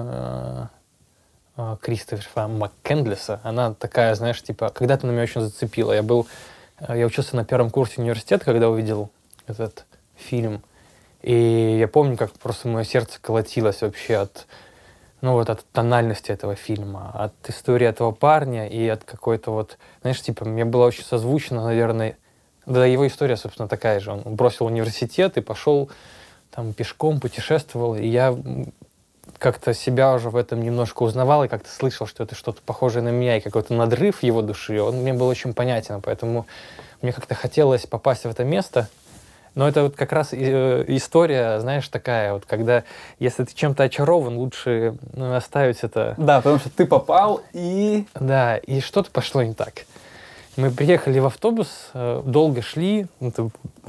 Кристофера МакКендлса, она такая, знаешь, типа, когда-то она меня очень зацепила. Я учился на 1-м курсе университета, когда увидел этот фильм. И я помню, как просто мое сердце колотилось вообще от тональности этого фильма, от истории этого парня и от какой-то вот, знаешь, типа, мне было очень созвучно, наверное, да, его история, собственно, такая же. Он бросил университет и пошел там пешком, путешествовал, и я как-то себя уже в этом немножко узнавал и как-то слышал, что это что-то похожее на меня, и какой-то надрыв его души, он мне был очень понятен, поэтому мне как-то хотелось попасть в это место. Но это вот как раз история, знаешь, такая вот, когда, если ты чем-то очарован, лучше оставить это. Да, потому что ты попал и... Да, и что-то пошло не так. Мы приехали в автобус, долго шли, это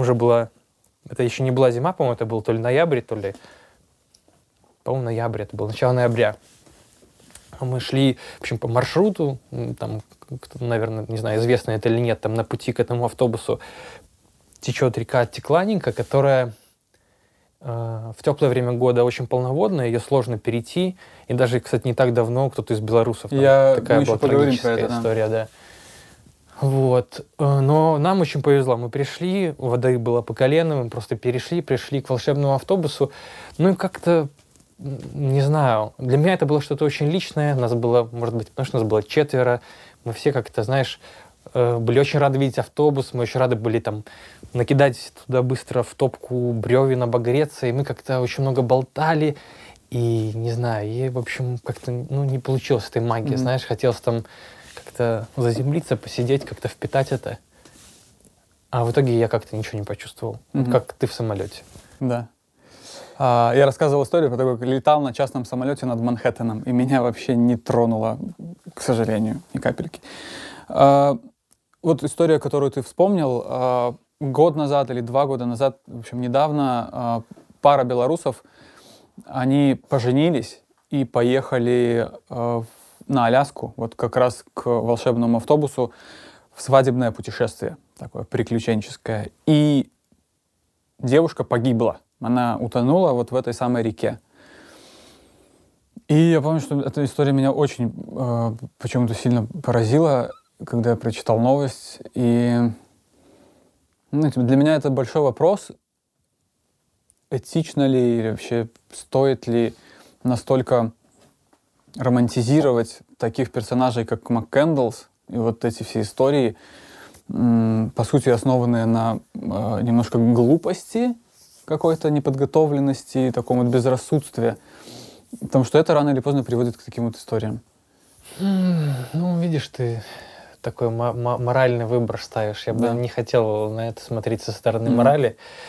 еще не была зима, по-моему, это был то ли ноябрь, по-моему, ноябрь, это было начало ноября. Мы шли, в общем, по маршруту, там, наверное, не знаю, известно это или нет, там на пути к этому автобусу течет река Текланенко, которая в теплое время года очень полноводная, ее сложно перейти. И даже, кстати, не так давно кто-то из белорусов, такая была трагическая история, да. Вот. Но нам очень повезло. Мы пришли, воды было по колено, мы просто пришли к волшебному автобусу. Ну и как-то, не знаю, для меня это было что-то очень личное. Нас было, может быть, потому что нас было 4. Мы все как-то, знаешь, были очень рады видеть автобус, мы очень рады были там накидать туда быстро в топку бревен, обогреться, и мы как-то очень много болтали, и не знаю, и в общем как-то не получилось этой магии, знаешь, хотелось там как-то заземлиться, посидеть, как-то впитать это, а в итоге я как-то ничего не почувствовал, как ты в самолете. Да. Я рассказывал историю про то, как летал на частном самолете над Манхэттеном, и меня вообще не тронуло, к сожалению, ни капельки. Вот история, которую ты вспомнил, год назад или 2 года назад, в общем, недавно пара белорусов, они поженились и поехали на Аляску, вот как раз к волшебному автобусу, в свадебное путешествие, такое приключенческое. И девушка погибла, она утонула вот в этой самой реке. И я помню, что эта история меня очень почему-то сильно поразила, когда я прочитал новость, и для меня это большой вопрос, этично ли или вообще стоит ли настолько романтизировать таких персонажей, как МакКендлс, и вот эти все истории, по сути, основанные на немножко глупости какой-то, неподготовленности, таком вот безрассудстве, потому что это рано или поздно приводит к таким вот историям. Ну, видишь, ты такой моральный выбор ставишь. Я бы не хотел на это смотреть со стороны морали.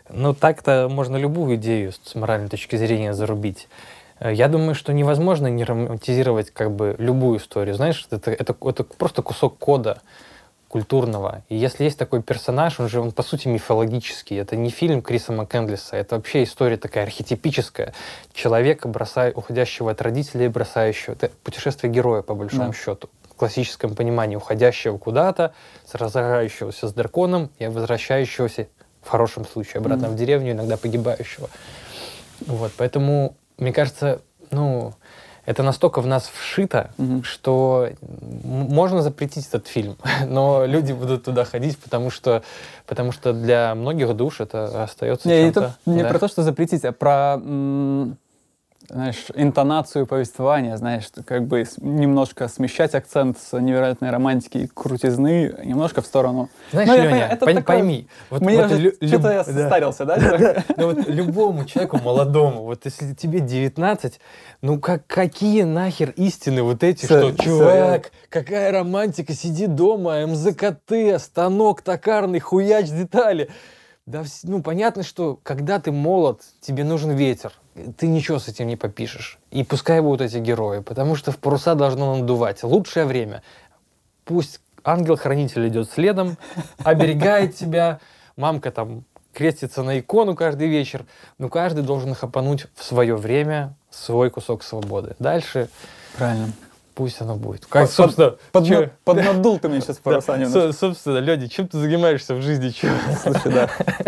Ну, так-то можно любую идею с моральной точки зрения зарубить. Я думаю, что невозможно не романтизировать как бы любую историю. Знаешь, это просто кусок кода культурного. И если есть такой персонаж, он по сути мифологический. Это не фильм Криса МакКендлиса, это вообще история такая архетипическая. Человека, уходящего от родителей, бросающего. Это путешествие героя, по большому счету. В классическом понимании уходящего куда-то, сражающегося с драконом и возвращающегося, в хорошем случае, обратно в деревню, иногда погибающего. Вот, поэтому, мне кажется, это настолько в нас вшито, что можно запретить этот фильм, но люди будут туда ходить, потому что для многих душ это остается чем-то. Не про то, что запретить, а про, знаешь, интонацию повествования, знаешь, как бы немножко смещать акцент с невероятной романтики и крутизны немножко в сторону. Знаешь, Леня, пойми. Что-то я состарился, да? Ну вот любому человеку молодому, вот если тебе 19, какие нахер истины вот эти, что, чувак, какая романтика, сиди дома, МЗКТ, станок токарный, хуяч детали. Да, понятно, что когда ты молод, тебе нужен ветер. Ты ничего с этим не попишешь. И пускай будут эти герои, потому что в паруса должно надувать. Лучшее время. Пусть ангел-хранитель идет следом, оберегает тебя. Мамка там крестится на икону каждый вечер. Но каждый должен хапануть в свое время свой кусок свободы. Дальше... Правильно. Пусть оно будет. Поднадул ты меня сейчас паруса немножко. Собственно, Лёдя, чем ты занимаешься в жизни? Слушай, да.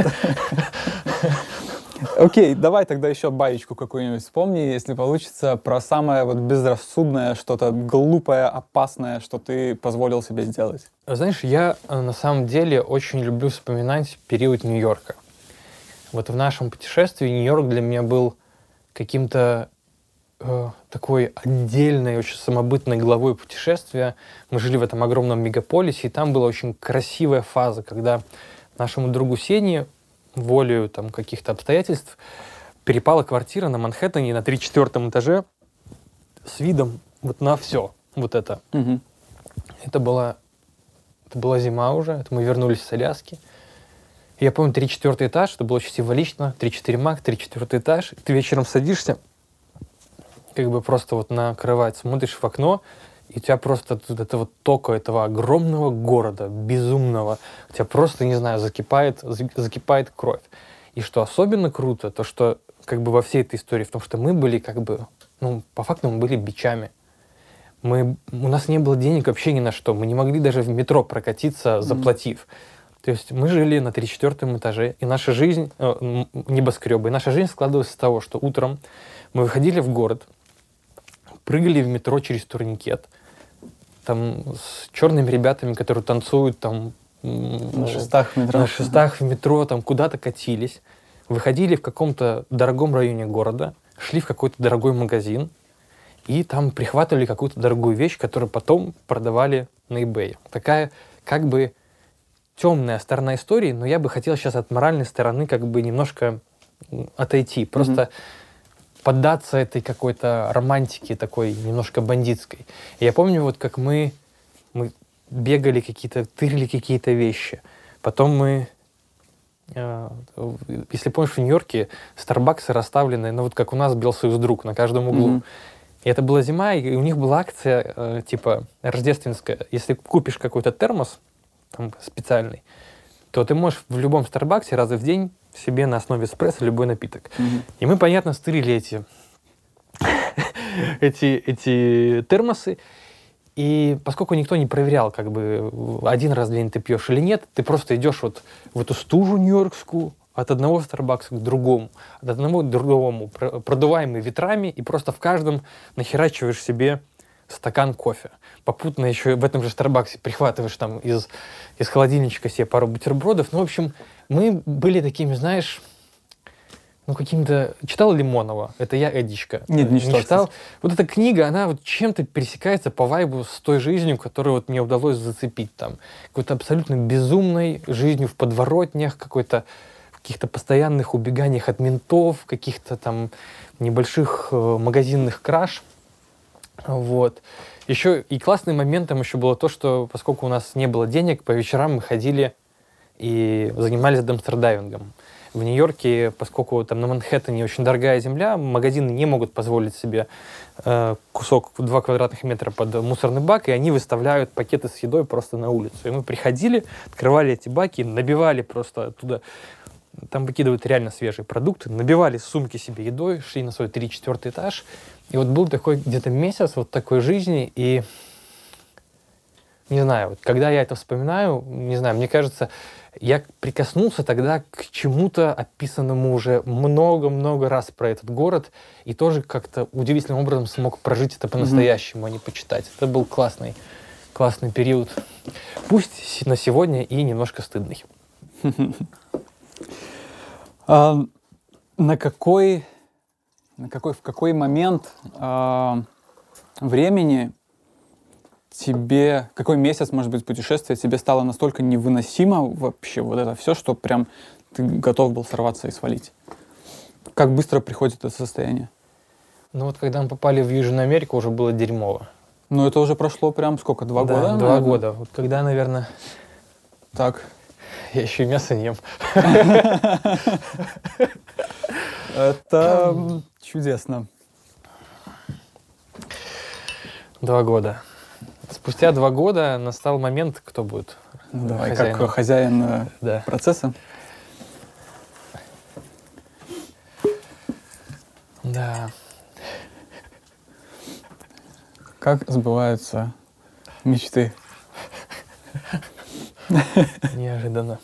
Окей, давай тогда еще баечку какую-нибудь вспомни, если получится, про самое вот безрассудное, что-то глупое, опасное, что ты позволил себе сделать. Знаешь, я на самом деле очень люблю вспоминать период Нью-Йорка. Вот в нашем путешествии Нью-Йорк для меня был каким-то такой отдельной, очень самобытной главой путешествия. Мы жили в этом огромном мегаполисе, и там была очень красивая фаза, когда нашему другу Сене волею там каких-то обстоятельств перепала квартира на Манхэттене на 34-м этаже с видом вот на все вот это. Это была зима уже, это мы вернулись с Аляски. И я помню 3-4 этаж, это было очень символично, 3-4 мак, 3-4 этаж. Ты вечером садишься, как бы просто вот на кровать, смотришь в окно, и у тебя просто тут этого тока, этого огромного города, безумного, у тебя просто, не знаю, закипает кровь. И что особенно круто, то что как бы во всей этой истории, в том, что мы были как бы, по факту мы были бичами. У нас не было денег вообще ни на что, мы не могли даже в метро прокатиться, заплатив. То есть мы жили на 34-м этаже, и наша жизнь, небоскребы, и наша жизнь складывалась из того, что утром мы выходили в город, прыгали в метро через турникет, там с черными ребятами, которые танцуют там на шестах в метро, там куда-то катились, выходили в каком-то дорогом районе города, шли в какой-то дорогой магазин и там прихватывали какую-то дорогую вещь, которую потом продавали на eBay. Такая как бы темная сторона истории, но я бы хотел сейчас от моральной стороны как бы немножко отойти, просто поддаться этой какой-то романтике такой немножко бандитской. И я помню, вот как мы бегали тырили какие-то вещи. Потом мы, если помнишь, в Нью-Йорке Старбаксы расставлены, вот как у нас Белсоюздруг на каждом углу. И это была зима, и у них была акция типа рождественская. Если купишь какой-то термос там, специальный, то ты можешь в любом Старбаксе раз в день себе на основе эспрессо любой напиток. И мы, понятно, стырили эти термосы. И поскольку никто не проверял, как бы один раз в день ты пьешь или нет, ты просто идешь вот в эту стужу нью-йоркскую от одного Старбакса к другому, от одного к другому, продуваемый ветрами, и просто в каждом нахерачиваешь себе стакан кофе. Попутно еще в этом же Старбаксе прихватываешь там из холодильничка себе пару бутербродов. В общем, мы были такими, знаешь, каким-то... Читал Лимонова? Это я, Эдичка. Нет, не читал. Вот эта книга, она вот чем-то пересекается по вайбу с той жизнью, которую вот мне удалось зацепить там. Какой-то абсолютно безумной жизнью в подворотнях, каких-то постоянных убеганиях от ментов, каких-то там небольших магазинных краж. Вот. Еще и классным моментом еще было то, что поскольку у нас не было денег, по вечерам мы ходили и занимались дамстер-дайвингом. В Нью-Йорке, поскольку там на Манхэттене очень дорогая земля, магазины не могут позволить себе кусок 2 квадратных метра под мусорный бак, и они выставляют пакеты с едой просто на улицу. И мы приходили, открывали эти баки, набивали просто оттуда, там выкидывают реально свежие продукты, набивали сумки себе едой, шли на свой 3-4 этаж. И вот был такой где-то месяц вот такой жизни, и не знаю, вот когда я это вспоминаю, не знаю, мне кажется, я прикоснулся тогда к чему-то описанному уже много-много раз про этот город и тоже как-то удивительным образом смог прожить это по-настоящему, а не почитать. Это был классный период. Пусть на сегодня и немножко стыдный. В какой момент времени тебе, какой месяц, может быть, путешествия тебе стало настолько невыносимо вообще вот это все, что прям ты готов был сорваться и свалить? Как быстро приходит это состояние? Ну вот когда мы попали в Южную Америку, уже было дерьмово. Ну это уже прошло прям сколько, 2 года? Да, 2 наверное? года. Вот когда, наверное... Так. Я еще и мясо не ем. Это чудесно. 2 года. Спустя 2 года настал момент, кто будет Давай, хозяином. как хозяин Да. процесса. Да. Как сбываются мечты? Неожиданно.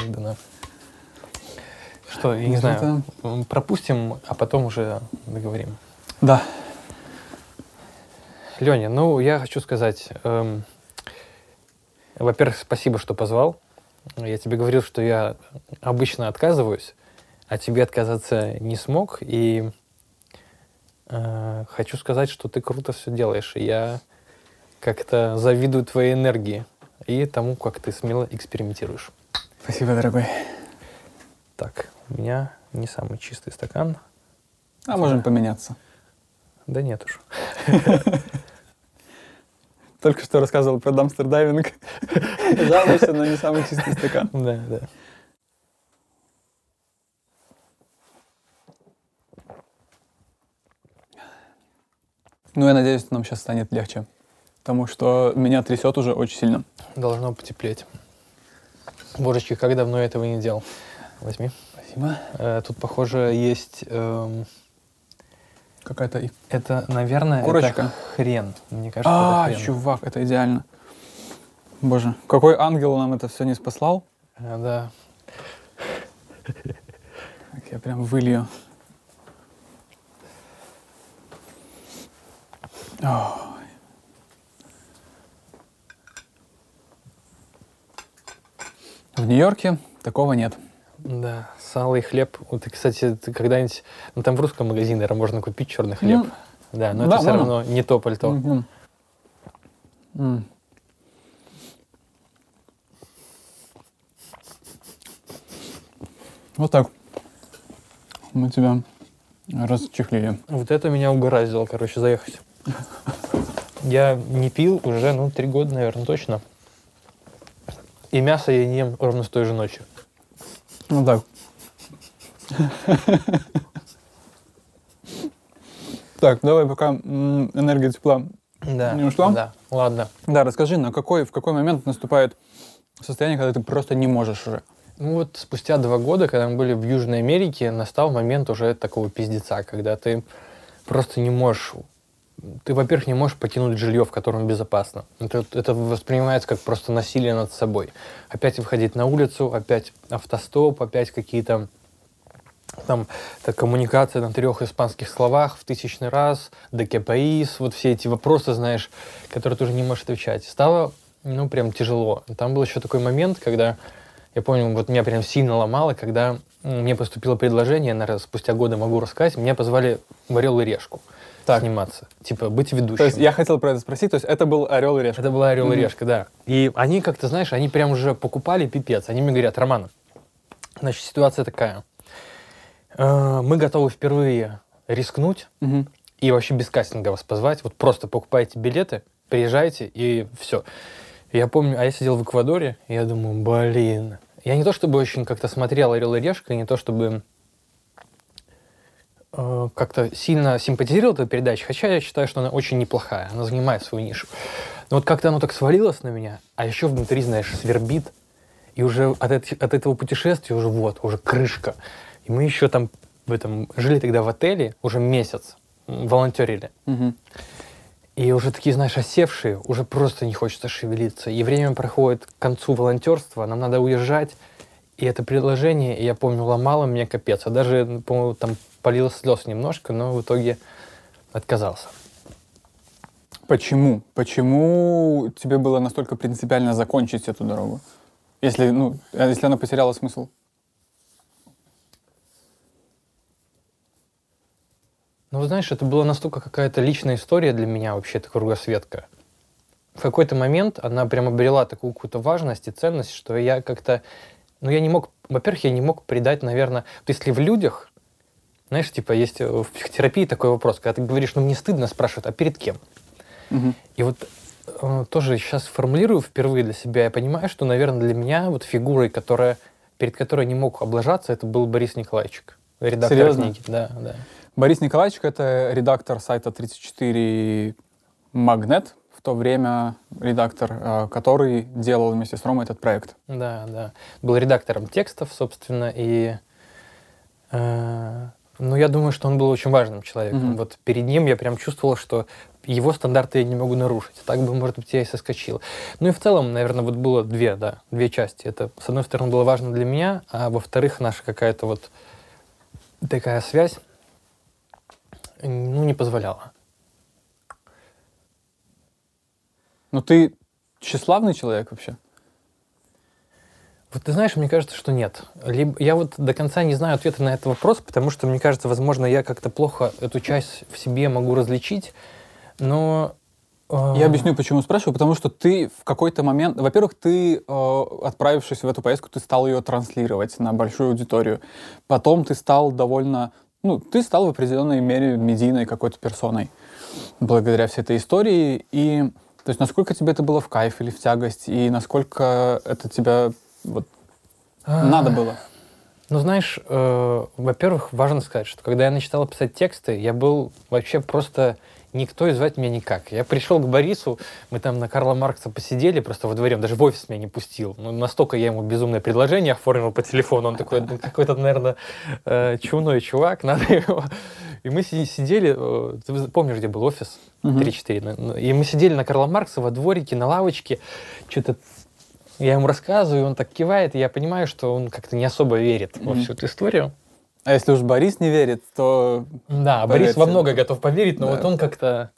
Что, я не знаю, пропустим, а потом уже договорим. Да. Леня, ну, я хочу сказать, во-первых, спасибо, что позвал. Я тебе говорил, что я обычно отказываюсь, а тебе отказаться не смог. И хочу сказать, что ты круто все делаешь. И я как-то завидую твоей энергии и тому, как ты смело экспериментируешь. Спасибо, дорогой. Так, у меня не самый чистый стакан. А можем поменяться. Да нет уж. Только что рассказывал про дамстер-дайвинг. Жалуешься на не самый чистый стакан. Да. Ну, я надеюсь, нам сейчас станет легче. Потому что меня трясет уже очень сильно. Должно потеплеть. Божечки, как давно я этого не делал. Возьми. Спасибо. Тут, похоже, есть... Какая-то... Это, наверное, Курочка. это хрен. Мне кажется, это хрен. Чувак, это идеально. Боже, какой ангел нам это все не спаслал. Да. Так, я прям вылью. В Нью-Йорке такого нет. Да, сало и хлеб. Вот, и, кстати, ты когда-нибудь... Ну, там в русском магазине, наверное, можно купить черный хлеб. Да, но да, это все можно. равно не то пальто. Вот так. Мы тебя расчехлили. Вот это меня угораздило, короче, заехать. Я не пил уже, 3 года, наверное, точно. И мясо я не ем ровно с той же ночи. Вот так. Так, давай, пока энергия тепла не ушла. Да, ладно. Да, расскажи, в какой момент наступает состояние, когда ты просто не можешь уже? Ну вот спустя 2 года, когда мы были в Южной Америке, настал момент уже такого пиздеца, когда ты просто не можешь... Ты, во-первых, не можешь покинуть жилье, в котором безопасно. Это воспринимается как просто насилие над собой. Опять выходить на улицу, опять автостоп, опять какие-то там коммуникация на 3 испанских словах в 1000-й раз, ДКПИС, вот все эти вопросы, знаешь, которые ты уже не можешь отвечать. Стало, прям тяжело. Там был еще такой момент, когда, я помню, вот меня прям сильно ломало, когда мне поступило предложение, наверное, спустя годы могу рассказать, меня позвали в «Орел и решку» сниматься, типа быть ведущим. То есть я хотел про это спросить, то есть это был «Орел и решка»? Это была «Орел и решка», да. И они как-то, знаешь, они прям уже покупали пипец. Они мне говорят: Роман, значит, ситуация такая. Мы готовы впервые рискнуть и вообще без кастинга вас позвать. Вот просто покупайте билеты, приезжайте и все. Я помню, я сидел в Эквадоре, и я думаю, Я не то чтобы очень как-то смотрел «Орел и решка», не то чтобы как-то сильно симпатизировал этой передаче, хотя я считаю, что она очень неплохая, она занимает свою нишу. Но вот как-то оно так свалилось на меня, а еще внутри, знаешь, свербит, и уже от этого путешествия уже крышка. И мы еще там жили тогда в отеле уже месяц, волонтерили. Мгм. И уже такие, знаешь, осевшие, уже просто не хочется шевелиться. И время проходит к концу волонтерства, нам надо уезжать. И это предложение, я помню, ломало меня капец. А даже, по-моему, там полил слез немножко, но в итоге отказался. Почему? Почему тебе было настолько принципиально закончить эту дорогу? Если она потеряла смысл? Ну, знаешь, это была настолько какая-то личная история для меня вообще, эта кругосветка. В какой-то момент она прям обрела такую какую-то важность и ценность, что я как-то... Ну, я не мог... Во-первых, я не мог придать, наверное... Вот если в людях, знаешь, типа, есть в психотерапии такой вопрос, когда ты говоришь, ну, мне стыдно, спрашивают, а перед кем? Мгм. И вот тоже сейчас формулирую впервые для себя, я понимаю, что, наверное, для меня вот фигурой, перед которой не мог облажаться, это был Борис Николаевич, редактор Серьезно? книги. Да, да. Борис Николаевич — это редактор сайта 34 Магнет, в то время редактор, который делал вместе с Ромой этот проект. Да, да. Был редактором текстов, собственно, и... ну, я думаю, что он был очень важным человеком. Мгм. Вот перед ним я прям чувствовал, что его стандарты я не могу нарушить. Так бы, может быть, я и соскочил. Ну и в целом, наверное, вот было две части. Это, с одной стороны, было важно для меня, а во-вторых, наша какая-то вот такая связь, ну, не позволяла. Ну, ты тщеславный человек вообще? Вот ты знаешь, мне кажется, что нет. Я вот до конца не знаю ответа на этот вопрос, потому что, мне кажется, возможно, я как-то плохо эту часть в себе могу различить, но... Я объясню, почему спрашиваю. Потому что ты в какой-то момент... Во-первых, ты, отправившись в эту поездку, ты стал ее транслировать на большую аудиторию. Потом ты стал довольно... Ну, ты стал в определенной мере медийной какой-то персоной благодаря всей этой истории. И, то есть, насколько тебе это было в кайф или в тягость, и насколько это тебя вот надо было? Ну, знаешь, во-первых, важно сказать, что когда я начинал писать тексты, я был вообще просто никто, и звать меня никак. Я пришел к Борису, мы там на Карла Маркса посидели, просто во дворе, он даже в офис меня не пустил. Ну, настолько я ему безумное предложение оформил по телефону, он такой, ну, какой-то, наверное, чумной чувак, надо его... И мы сидели, ты помнишь, где был офис? 3-4. И мы сидели на Карла Маркса во дворике, на лавочке, что-то... Я ему рассказываю, он так кивает, и я понимаю, что он как-то не особо верит во всю эту историю. А если уж Борис не верит, то... Да, Борис во многое готов поверить, но вот он как-то...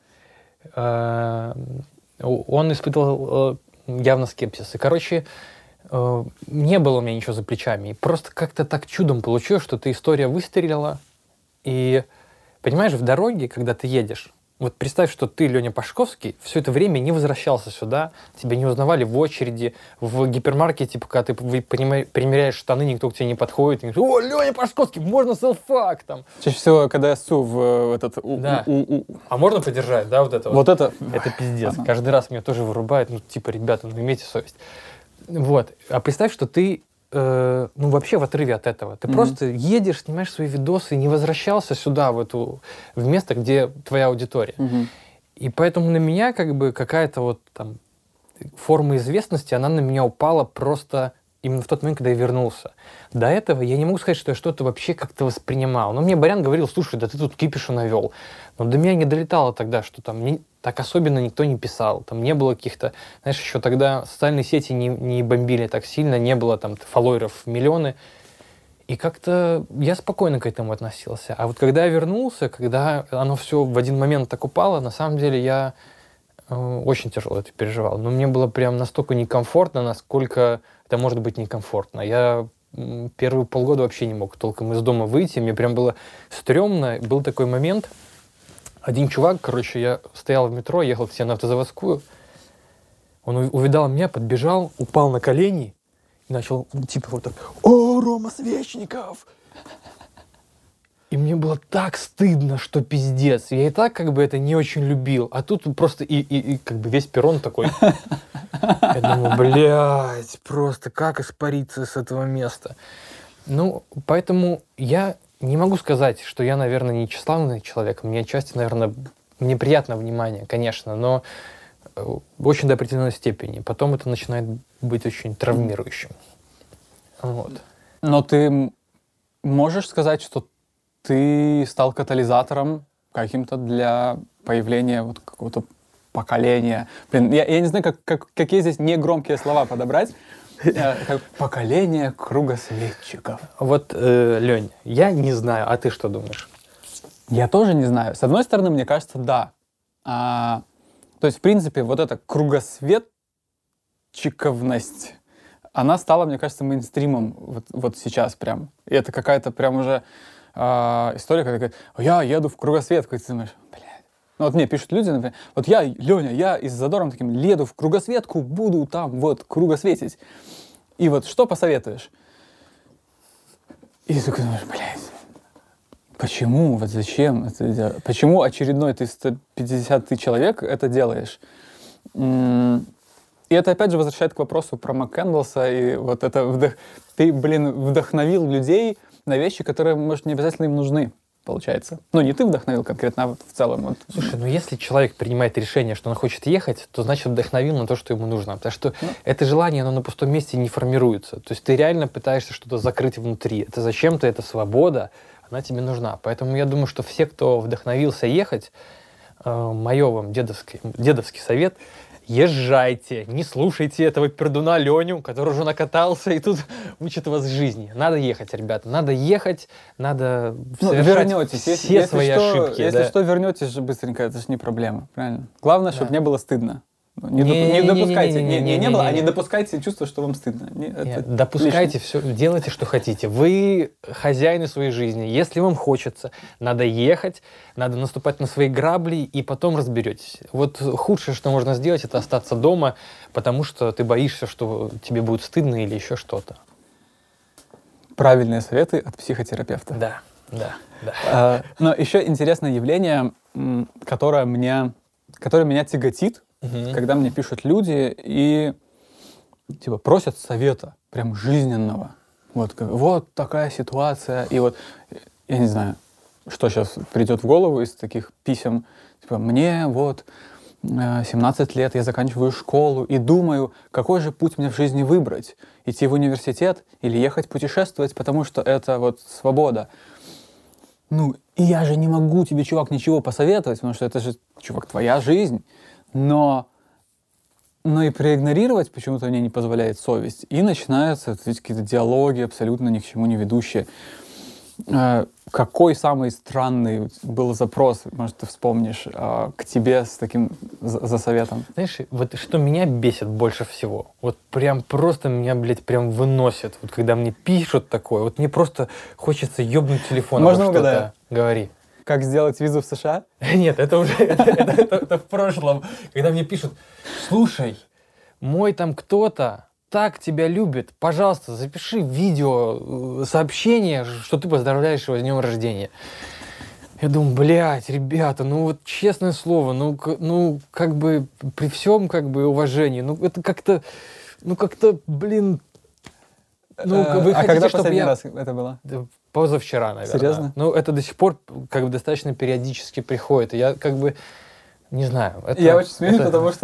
он испытывал явно скепсис. И, короче, не было у меня ничего за плечами. И просто как-то так чудом получилось, что эта история выстрелила. И, понимаешь, в дороге, когда ты едешь, вот представь, что ты, Леня Пашковский, все это время не возвращался сюда, тебя не узнавали в очереди, в гипермаркете, пока ты примеряешь штаны, никто к тебе не подходит, и говорит, о, Леня Пашковский, можно селфак там. Чаще всего, когда я ссу в этот... Да. А можно подержать, да, вот это вот? Вот это... Это пиздец. Каждый раз меня тоже вырубает, ну, типа, ребята, ну, имейте совесть. Вот. А представь, что ты ну, вообще в отрыве от этого. Ты просто едешь, снимаешь свои видосы, не возвращался сюда, в место, где твоя аудитория. И поэтому на меня как бы какая-то вот там форма известности, она на меня упала просто именно в тот момент, когда я вернулся. До этого я не могу сказать, что я что-то вообще как-то воспринимал. Но мне Барян говорил, слушай, да ты тут кипиша навел. Но до меня не долетало тогда, что там так особенно никто не писал. Там не было каких-то... Знаешь, еще тогда социальные сети не бомбили так сильно, не было там фолловеров миллионы. И как-то я спокойно к этому относился. А вот когда я вернулся, когда оно все в один момент так упало, на самом деле я очень тяжело это переживал. Но мне было прям настолько некомфортно, насколько это может быть некомфортно. Я первые полгода вообще не мог толком из дома выйти. Мне прям было стрёмно. Был такой момент. Один чувак, короче, я стоял в метро, ехал к себе на Автозаводскую. Он увидал меня, подбежал, упал на колени и начал типа вот так: «О, Рома Свечников!» И мне было так стыдно, что пиздец. Я и так как бы это не очень любил. А тут просто и как бы весь перрон такой. Я думаю, блядь, просто как испариться с этого места. Ну, поэтому я не могу сказать, что я, наверное, не тщеславный человек. Мне отчасти, наверное, мне приятно внимание, конечно, но очень до определенной степени. Потом это начинает быть очень травмирующим. Вот. Но ты можешь сказать, что ты стал катализатором каким-то для появления вот какого-то поколения? Блин, я не знаю, какие здесь негромкие слова подобрать. Поколение кругосветчиков. Вот, Лёнь, я не знаю, а ты что думаешь? Я тоже не знаю. С одной стороны, мне кажется, да. То есть, в принципе, вот эта кругосветчиковность, она стала, мне кажется, мейнстримом вот сейчас прям. И это какая-то прям уже история, когда говорят, я еду в кругосветку, и ты думаешь, блядь. Ну вот мне пишут люди, например, вот я, Лёня, я и с задором таким еду в кругосветку, буду там вот кругосветить. И вот что посоветуешь? И ты такой думаешь, блядь, почему, вот зачем это делать? Почему очередной ты 150 человек это делаешь? И это опять же возвращает к вопросу про МакКендлса, и вот это ты, вдохновил людей на вещи, которые, может, не обязательно им нужны, получается. Ну, не ты вдохновил конкретно, а вот в целом. Вот. Слушай, ну если человек принимает решение, что он хочет ехать, то значит вдохновил на то, что ему нужно. Потому что это желание, оно на пустом месте не формируется. То есть ты реально пытаешься что-то закрыть внутри. Это зачем-то, это свобода, она тебе нужна. Поэтому я думаю, что все, кто вдохновился ехать, мое вам дедовский совет — езжайте, не слушайте этого пердуна Леню, который уже накатался и тут учит вас жизни. Надо ехать, ребята, надо ехать, надо совершать все свои ошибки. Если что, вернетесь же быстренько, это же не проблема, правильно? Главное, чтобы не было стыдно. Не допускайте, не было, а не допускайте чувство, что вам стыдно. Допускайте все, делайте, что хотите. Вы хозяины своей жизни. Если вам хочется, надо ехать, надо наступать на свои грабли, и потом разберетесь. Вот худшее, что можно сделать, это остаться дома, потому что ты боишься, что тебе будет стыдно или еще что-то. Правильные советы от психотерапевта. Да. Но еще интересное явление, которое меня тяготит, когда мне пишут люди и типа просят совета, прям жизненного. Вот такая ситуация. И вот, я не знаю, что сейчас придет в голову из таких писем. Типа, мне вот 17 лет, я заканчиваю школу и думаю, какой же путь мне в жизни выбрать. Идти в университет или ехать путешествовать, потому что это вот свобода. Ну, и я же не могу тебе, чувак, ничего посоветовать, потому что это же, чувак, твоя жизнь. Но и проигнорировать почему-то мне не позволяет совесть. И начинаются какие-то диалоги, абсолютно ни к чему не ведущие. Какой самый странный был запрос, может, ты вспомнишь, к тебе с таким за советом? Знаешь, вот что меня бесит больше всего, вот прям просто меня, блядь, прям выносит, вот когда мне пишут такое, вот мне просто хочется ёбнуть телефон. Можно угадать? Говори. Как сделать визу в США? Нет, это уже это в прошлом. Когда мне пишут, слушай, мой там кто-то так тебя любит, пожалуйста, запиши видео, сообщение, что ты поздравляешь его с днем рождения. Я думаю, блядь, ребята, ну вот честное слово, ну как бы при всем как бы уважении, ну это как-то, блин, вы хотите, когда последний раз это было? Позавчера, наверное. Серьезно? Ну, это до сих пор как бы достаточно периодически приходит. И я как бы не знаю. Я очень смеюсь,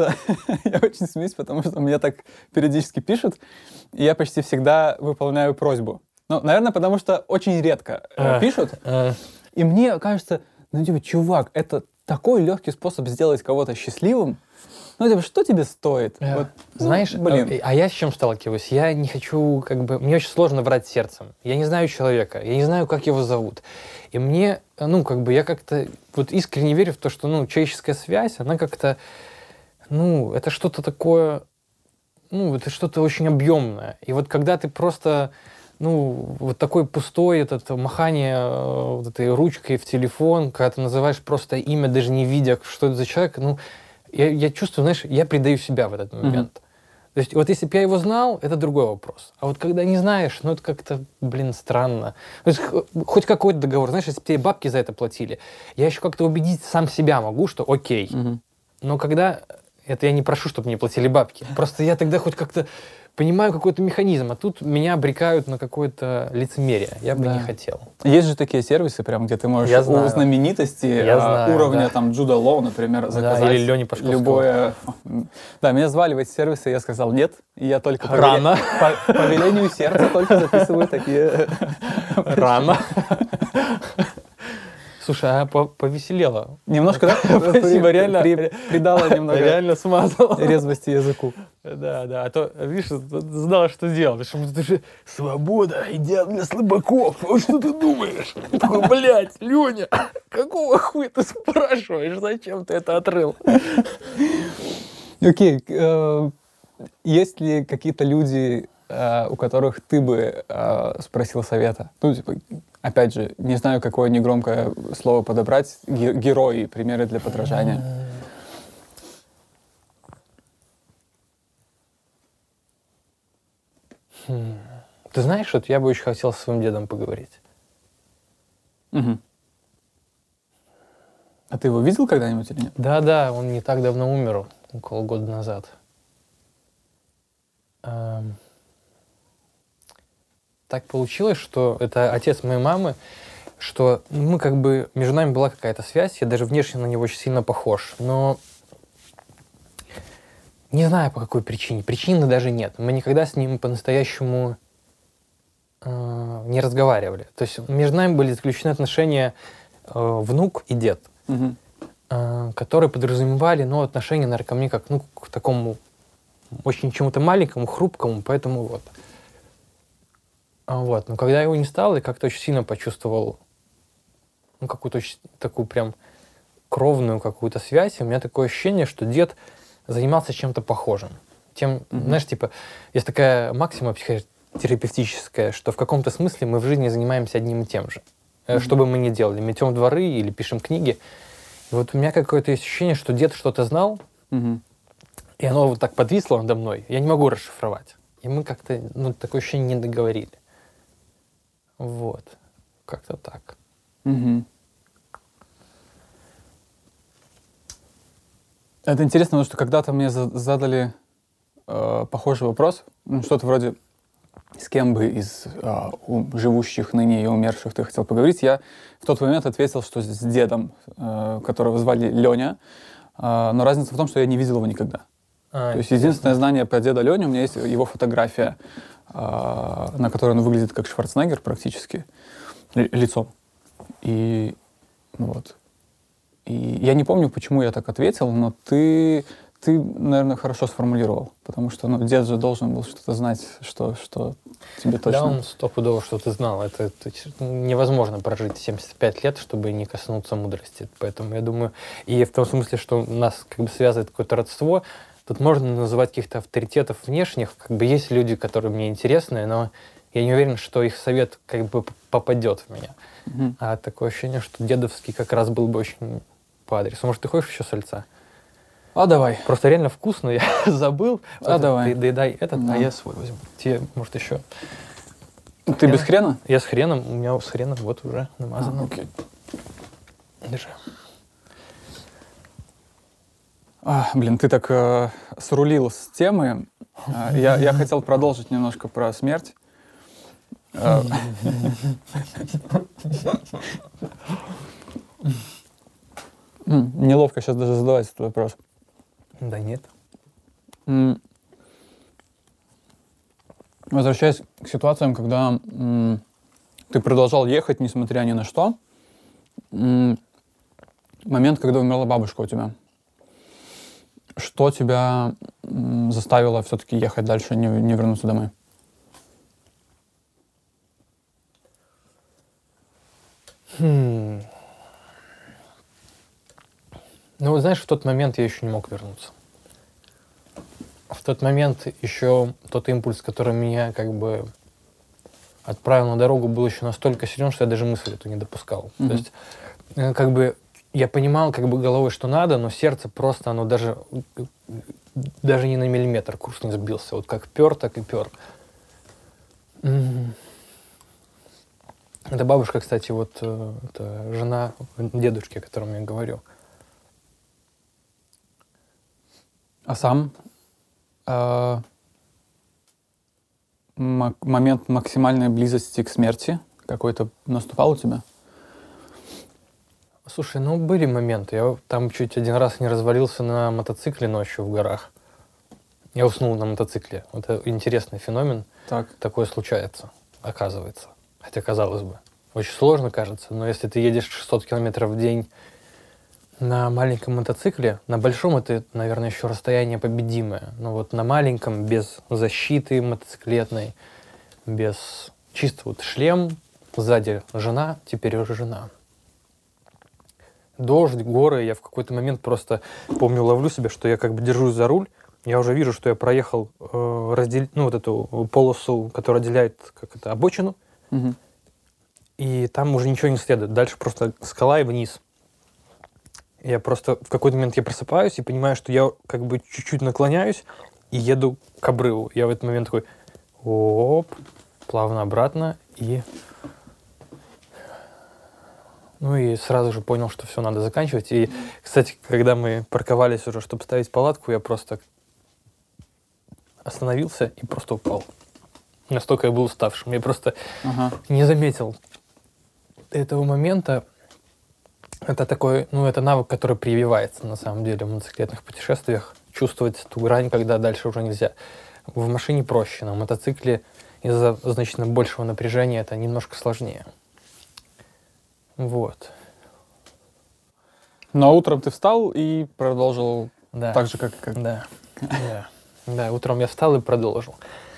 потому что мне так периодически пишут, и я почти всегда выполняю просьбу. Ну, наверное, потому что очень редко пишут. И мне кажется, ну, типа, чувак, это такой легкий способ сделать кого-то счастливым. Ну, типа, что тебе стоит? Вот, знаешь, блин. А я с чем сталкиваюсь? Я не хочу, как бы, мне очень сложно врать сердцем. Я не знаю человека, я не знаю, как его зовут. И мне, ну, как бы, я как-то вот искренне верю в то, что, ну, человеческая связь, она как-то, ну, это что-то такое, ну, это что-то очень объемное. И вот когда ты просто, ну, вот такой пустой, это махание вот этой ручкой в телефон, когда ты называешь просто имя, даже не видя, что это за человек, ну, я чувствую, знаешь, я предаю себя в этот момент. То есть вот если бы я его знал, это другой вопрос. А вот когда не знаешь, ну это как-то, блин, странно. То есть хоть какой-то договор, знаешь, если бы тебе бабки за это платили, я еще как-то убедить сам себя могу, что окей. Но когда это я не прошу, чтобы мне платили бабки. Просто я тогда хоть как-то понимаю какой-то механизм, а тут меня обрекают на какое-то лицемерие. Я бы не хотел. Есть же такие сервисы, прям, где ты можешь у знаменитости уровня там Джуда Лоу, например, заказать или Лёни Пашковского. любое. Да, меня звали в эти сервисы, я сказал нет, и я только Рано. По велению сердца только записываю такие. Рано. Слушай, а повеселело. Немножко, да? Спасибо, реально. Придало немного Реально смазал. резвости языку. Да. А то, видишь, знала, что делать. Потому что это же свобода, идеал для слабаков. Вот что ты думаешь? Такой, блядь, Леня, какого хуя ты спрашиваешь? Зачем ты это отрыл? Окей. Есть ли какие-то люди, у которых ты бы спросил совета? Ну, типа, опять же, не знаю, какое негромкое слово подобрать. Герои, примеры для подражания. Ты знаешь, вот я бы очень хотел со своим дедом поговорить. Угу. А ты его видел когда-нибудь или нет? Да, он не так давно умер, около года назад. Так получилось, что это отец моей мамы, что мы как бы, между нами была какая-то связь, я даже внешне на него очень сильно похож, но не знаю по какой причине, причины даже нет. Мы никогда с ним по-настоящему не разговаривали. То есть между нами были заключены отношения внук и дед, которые подразумевали отношения, наверное, ко мне как к такому очень чему-то маленькому, хрупкому, поэтому вот. Но когда его не стало, я как-то очень сильно почувствовал какую-то очень такую прям кровную какую-то связь. И у меня такое ощущение, что дед занимался чем-то похожим. Знаешь, типа, есть такая максима психотерапевтическая, что в каком-то смысле мы в жизни занимаемся одним и тем же. Что бы мы ни делали, метем дворы или пишем книги. И вот у меня какое-то есть ощущение, что дед что-то знал, и оно вот так подвисло надо мной. Я не могу расшифровать. И мы как-то, такое ощущение, не договорили. Вот. Как-то так. Это интересно, потому что когда-то мне задали похожий вопрос. Что-то вроде, с кем бы из живущих ныне и умерших ты хотел поговорить. Я в тот момент ответил, что с дедом, которого звали Леня. Но разница в том, что я не видел его никогда. То есть единственное знание про деда Леню, у меня есть его фотография, на которой он выглядит как Шварценеггер практически, лицом. И вот. И я не помню, почему я так ответил, но ты, наверное, хорошо сформулировал. Потому что дед же должен был что-то знать, что тебе точно... Да, он стопудово что-то знал. Это невозможно прожить 75 лет, чтобы не коснуться мудрости. Поэтому я думаю, и в том смысле, что нас как бы связывает какое-то родство, тут можно называть каких-то авторитетов внешних. Как бы есть люди, которые мне интересны, но я не уверен, что их совет как бы попадет в меня. А такое ощущение, что дедовский как раз был бы очень по адресу. Может, ты хочешь еще сальца? Давай. Просто реально вкусно, я забыл. Давай. Ты доедай этот, а я свой возьму. Тебе, может, еще. Ты без хрена? Я с хреном, у меня с хреном вот уже намазано. Окей. Держи. Блин, ты так срулил с темы. Я хотел продолжить немножко про смерть. Неловко сейчас даже задавать этот вопрос. Да нет. Возвращаясь к ситуациям, когда ты продолжал ехать, несмотря ни на что, момент, когда умерла бабушка у тебя, что тебя заставило все-таки ехать дальше, не вернуться домой? Ну, знаешь, в тот момент я еще не мог вернуться. В тот момент еще тот импульс, который меня как бы отправил на дорогу, был еще настолько силен, что я даже мысль эту не допускал. То есть, как бы, я понимал как бы головой, что надо, но сердце просто, оно даже не на миллиметр курс не сбился. Вот как пер, так и пер. Это бабушка, кстати, вот это жена дедушки, о котором я говорю. А сам момент максимальной близости к смерти какой-то наступал у тебя? Слушай, ну были моменты. Я там чуть один раз не развалился на мотоцикле ночью в горах. Я уснул на мотоцикле. Это интересный феномен. Так. Такое случается, оказывается. Хотя, казалось бы, очень сложно кажется, но если ты едешь 600 километров в день на маленьком мотоцикле, на большом это, наверное, еще расстояние победимое. Но вот на маленьком, без защиты мотоциклетной, без чисто вот шлем, сзади жена, теперь уже жена. Дождь, горы, я в какой-то момент просто, помню, ловлю себя, что я как бы держусь за руль, я уже вижу, что я проехал вот эту полосу, которая отделяет обочину, Угу. и там уже ничего не следует. Дальше просто скала и вниз. Я просто в какой-то момент я просыпаюсь и понимаю, что я как бы чуть-чуть наклоняюсь и еду к обрыву. Я в этот момент такой, оп, плавно обратно и... Ну и сразу же понял, что все, надо заканчивать. И, кстати, когда мы парковались уже, чтобы ставить палатку, я просто остановился и просто упал. Настолько я был уставшим. Я просто не заметил этого момента. Это такой, ну, это навык, который прививается, на самом деле, в мотоциклетных путешествиях. Чувствовать ту грань, когда дальше уже нельзя. В машине проще, на мотоцикле из-за значительно большего напряжения это немножко сложнее. Вот. Но утром ты встал и продолжил Да. так же, как... Да. Да, утром я встал и продолжил.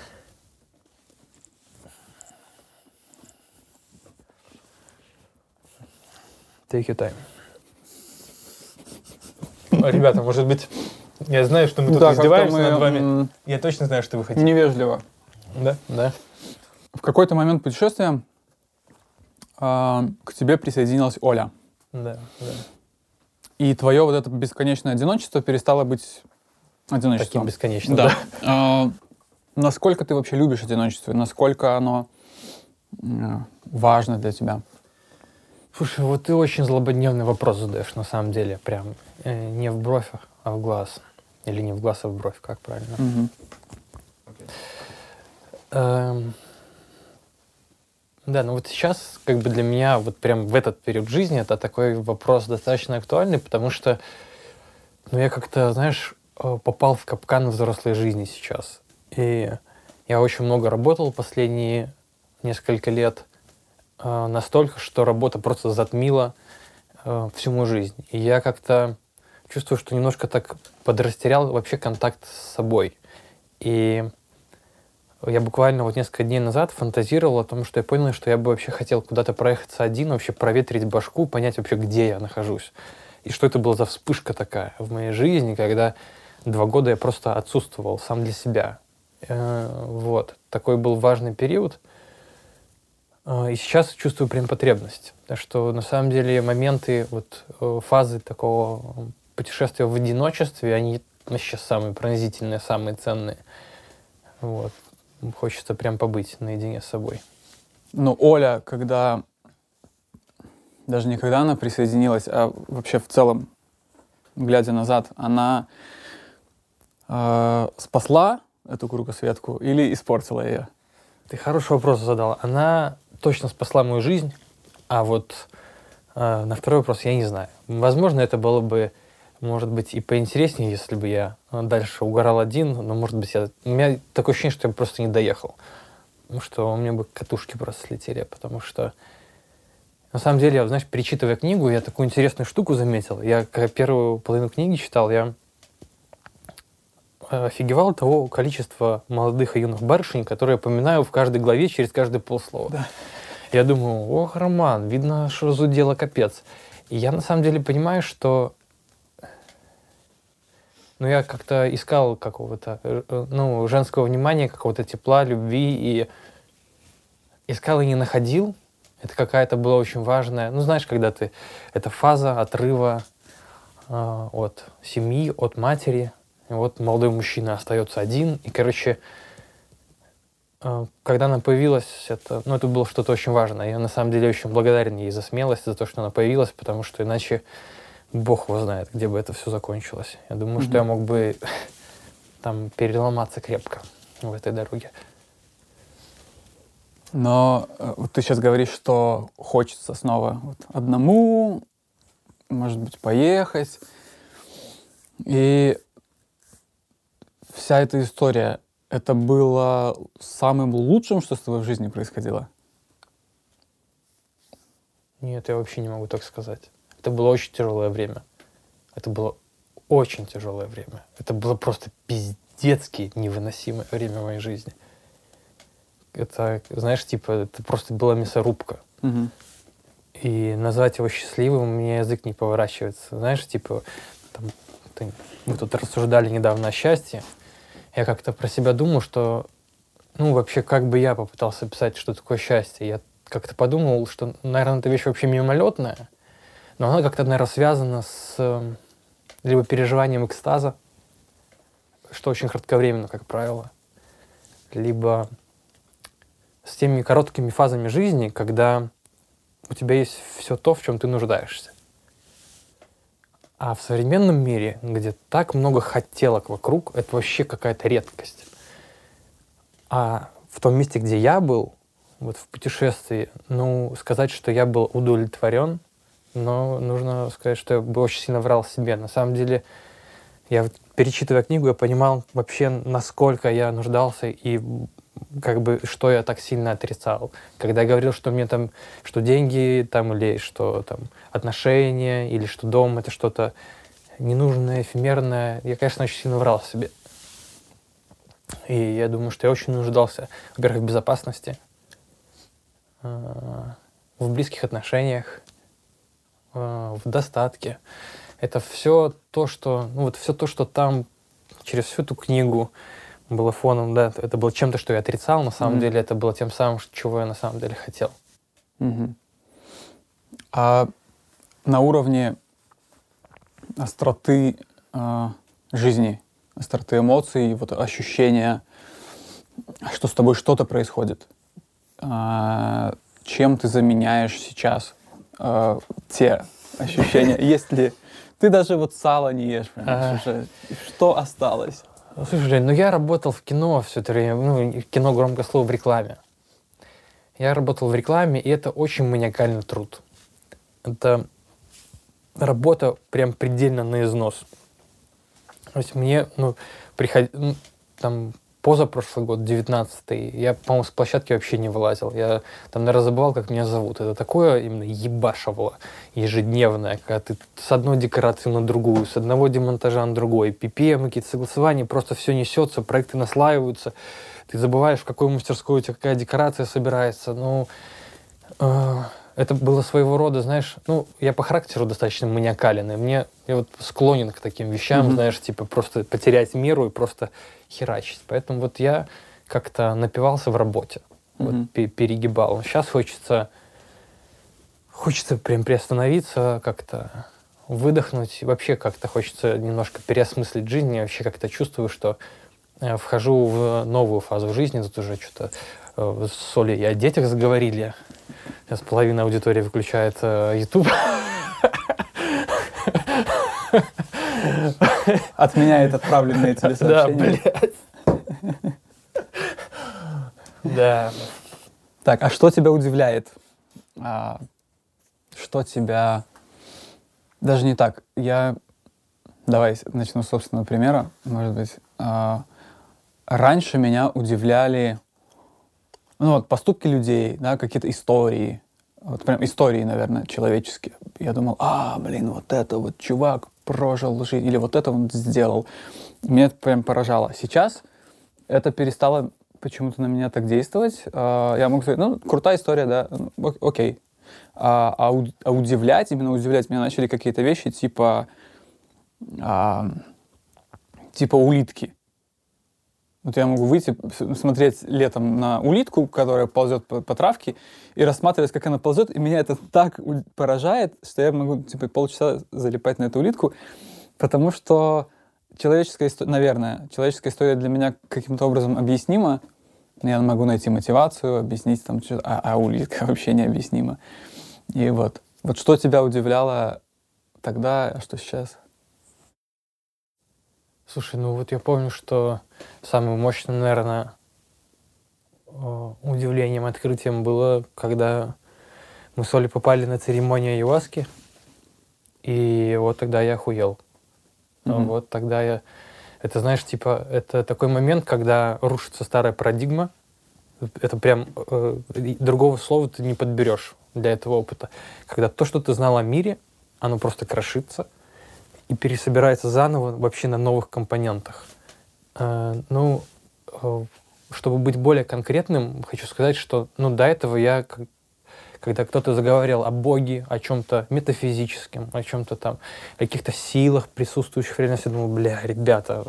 Take your time. Ребята, может быть, я знаю, что мы тут издеваемся над вами. Я точно знаю, что вы хотите. Невежливо. Да? Да. В какой-то момент путешествия к тебе присоединилась Оля. Да, да. И твое вот это бесконечное одиночество перестало быть одиночеством. Таким бесконечным. Да. Насколько ты вообще любишь одиночество? Насколько оно важно для тебя? Слушай, вот ты очень злободневный вопрос задаешь, на самом деле. Прям не в бровь, а в глаз. Или не в глаз, а в бровь, как правильно. Угу. Да, ну вот сейчас как бы для меня вот прям в этот период жизни это такой вопрос достаточно актуальный, потому что, ну, я как-то, знаешь, попал в капкан взрослой жизни сейчас. И я очень много работал последние несколько лет, настолько, что работа просто затмила всю мою жизнь. И я как-то чувствую, что немножко так подрастерял вообще контакт с собой. И я буквально вот несколько дней назад фантазировал о том, что я понял, что я бы вообще хотел куда-то проехаться один, вообще проветрить башку, понять вообще, где я нахожусь. И что это была за вспышка такая в моей жизни, когда 2 года я просто отсутствовал сам для себя. Вот. Такой был важный период. И сейчас чувствую прям потребность. Так что на самом деле моменты, вот, фазы такого путешествия в одиночестве, они вообще самые пронзительные, самые ценные. Вот. Хочется прям побыть наедине с собой. Ну, Оля, когда... Даже не когда она присоединилась, а вообще в целом, глядя назад, она спасла эту кругосветку или испортила ее? Ты хороший вопрос задала. Она точно спасла мою жизнь, а вот на второй вопрос я не знаю. Возможно, это было бы, может быть, и поинтереснее, если бы я дальше угорал один, но, может быть, у меня такое ощущение, что я просто не доехал. Потому что у меня бы катушки просто слетели, потому что, на самом деле, знаешь, перечитывая книгу, я такую интересную штуку заметил. Я, когда первую половину книги читал, я офигевал от того количества молодых и юных барышень, которые я упоминаю в каждой главе через каждое полслова. Да. Я думаю, ох, Роман, видно, что зудело капец. И я на самом деле понимаю, что я как-то искал какого-то, женского внимания, какого-то тепла, любви, и искал и не находил. Это какая-то была очень важная, знаешь, когда ты, это фаза отрыва от семьи, от матери. И вот молодой мужчина остается один. И, короче, когда она появилась, это было что-то очень важное. Я на самом деле очень благодарен ей за смелость, за то, что она появилась, потому что иначе Бог его знает, где бы это все закончилось. Я думаю, что я мог бы там переломаться крепко в этой дороге. Но вот ты сейчас говоришь, что хочется снова вот одному, может быть, поехать. И вся эта история, это было самым лучшим, что с тобой в жизни происходило? Нет, я вообще не могу так сказать. Это было очень тяжелое время. Это было очень тяжелое время. Это было просто пиздецки невыносимое время в моей жизни. Это, знаешь, типа, это просто была мясорубка. Угу. И назвать его счастливым у меня язык не поворачивается. Знаешь, типа, там, мы тут рассуждали недавно о счастье. Я как-то про себя думал, что, ну, вообще, как бы я попытался описать, что такое счастье. Я как-то подумал, что, наверное, эта вещь вообще мимолетная, но она как-то, наверное, связана с либо переживанием экстаза, что очень кратковременно, как правило, либо с теми короткими фазами жизни, когда у тебя есть все то, в чем ты нуждаешься. А в современном мире, где так много хотелок вокруг, это вообще какая-то редкость. А в том месте, где я был, вот в путешествии, ну, сказать, что я был удовлетворен, но нужно сказать, что я бы очень сильно врал себе. На самом деле, я вот, перечитывая книгу, я понимал вообще, насколько я нуждался и как бы, что я так сильно отрицал. Когда я говорил, что мне там, что деньги там, или что там отношения, или что дом — это что-то ненужное, эфемерное, я, конечно, очень сильно врал себе. И я думаю, что я очень нуждался, во-первых, в безопасности, в близких отношениях, в достатке. Это все то, что, ну, вот все то, что там через всю эту книгу было фоном, да, это было чем-то, что я отрицал, на самом деле это было тем самым, чего я на самом деле хотел. А на уровне остроты жизни, остроты эмоций, вот ощущения, что с тобой что-то происходит, чем ты заменяешь сейчас те ощущения? Если ты даже вот сало не ешь, понимаешь, уже, что осталось? Слушай, Жень, ну я работал в кино все это время, ну, кино громкое слово в рекламе. Я работал в рекламе, и это очень маниакальный труд. Это работа прям предельно на износ. То есть мне, там, позапрошлый год, 19-й, я, по-моему, с площадки вообще не вылазил. Я там, наверное, забывал, как меня зовут. Это такое именно ебашево ежедневное, когда ты с одной декорации на другую, с одного демонтажа на другой, PPM, какие-то согласования, просто все несется, проекты наслаиваются, ты забываешь, в какой мастерской у тебя какая декорация собирается. Это было своего рода, знаешь, я по характеру достаточно маниакален, и я вот склонен к таким вещам, знаешь, типа просто потерять меру и просто херачить. Поэтому вот я как-то напивался в работе, вот перегибал. Сейчас хочется прям приостановиться, как-то выдохнуть, и вообще как-то хочется немножко переосмыслить жизнь. Я вообще как-то чувствую, что вхожу в новую фазу жизни, тут уже что-то с Олей и о детях заговорили. Сейчас половина аудитории выключает YouTube. Отменяет отправленные тебе сообщения. Да, блядь. Да. Так, а что тебя удивляет? Что тебя... Даже не так. Давай начну с собственного примера, может быть. Раньше меня удивляли поступки людей, да, какие-то истории. Вот прям истории, наверное, человеческие. Я думал, вот это вот чувак прожил жизнь, или вот это он сделал. Меня это прям поражало. Сейчас это перестало почему-то на меня так действовать. Я могу сказать, крутая история, да, окей. Удивлять меня начали какие-то вещи типа улитки. Вот я могу выйти, смотреть летом на улитку, которая ползет по травке, и рассматривать, как она ползет, и меня это так поражает, что я могу полчаса залипать на эту улитку, потому что человеческая история для меня каким-то образом объяснима. Я могу найти мотивацию, объяснить там что-то, а улитка вообще необъяснима. И вот что тебя удивляло тогда, а что сейчас? Слушай, ну вот я помню, что самым мощным, наверное, удивлением, открытием было, когда мы с Олей попали на церемонию аюваски, и вот тогда я охуел. Вот тогда я... Это, знаешь, типа, это такой момент, когда рушится старая парадигма. Это прям... другого слова ты не подберешь для этого опыта. Когда то, что ты знал о мире, оно просто крошится и пересобирается заново вообще на новых компонентах. Ну, чтобы быть более конкретным, хочу сказать, что до этого я, когда кто-то заговорил о Боге, о чем-то метафизическом, о чем-то там, о каких-то силах, присутствующих в реальности, я думал, ребята,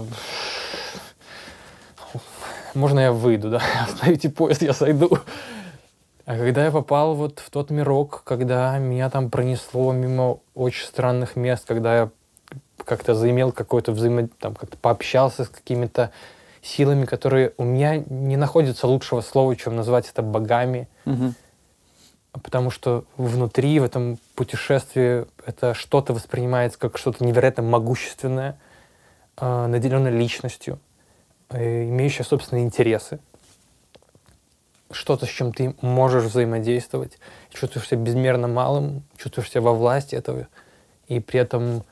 можно я выйду, да? Остановите поезд, я сойду. А когда я попал вот в тот мирок, когда меня там пронесло мимо очень странных мест, когда я как-то заимел какое-то там как-то пообщался с какими-то силами, которые у меня не находится лучшего слова, чем назвать это богами. Потому что внутри, в этом путешествии, это что-то воспринимается как что-то невероятно могущественное, наделенное личностью, имеющее собственные интересы. Что-то, с чем ты можешь взаимодействовать. Чувствуешь себя безмерно малым, чувствуешь себя во власти этого. И при этом...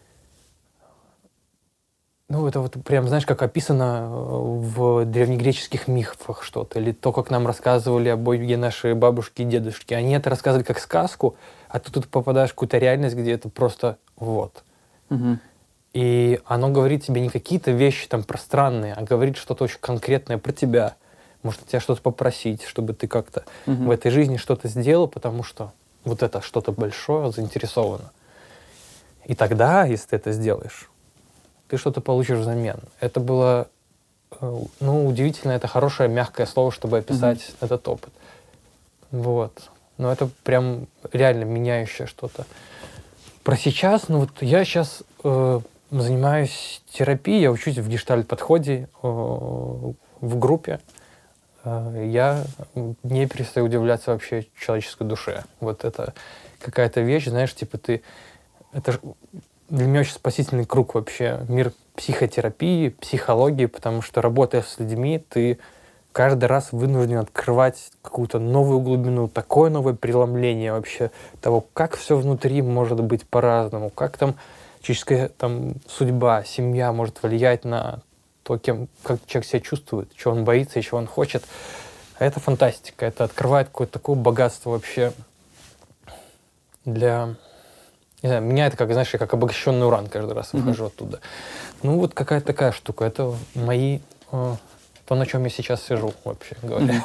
это вот прям, знаешь, как описано в древнегреческих мифах что-то, или то, как нам рассказывали о Боге наши бабушки и дедушки. Они это рассказывали как сказку, а ты тут попадаешь в какую-то реальность, где это просто вот. И оно говорит тебе не какие-то вещи там пространные, а говорит что-то очень конкретное про тебя. Может тебя что-то попросить, чтобы ты как-то в этой жизни что-то сделал, потому что вот это что-то большое заинтересовано. И тогда, если ты это сделаешь, ты что-то получишь взамен. Это было, удивительно, это хорошее, мягкое слово, чтобы описать этот опыт. Вот. Но это прям реально меняющее что-то. Про сейчас, я сейчас занимаюсь терапией, я учусь в гештальт-подходе в группе. Я не перестаю удивляться вообще человеческой душе. Вот это какая-то вещь, знаешь, типа это для меня очень спасительный круг вообще, мир психотерапии, психологии, потому что, работая с людьми, ты каждый раз вынужден открывать какую-то новую глубину, такое новое преломление вообще того, как все внутри может быть по-разному, как там человеческая судьба, семья может влиять на то, как человек себя чувствует, чего он боится и чего он хочет. А это фантастика, это открывает какое-то такое богатство вообще для... Не знаю, меня это как, знаешь, я как обогащенный уран каждый раз выхожу оттуда. Вот какая-то такая штука. Это то, на чем я сейчас сижу, вообще говоря.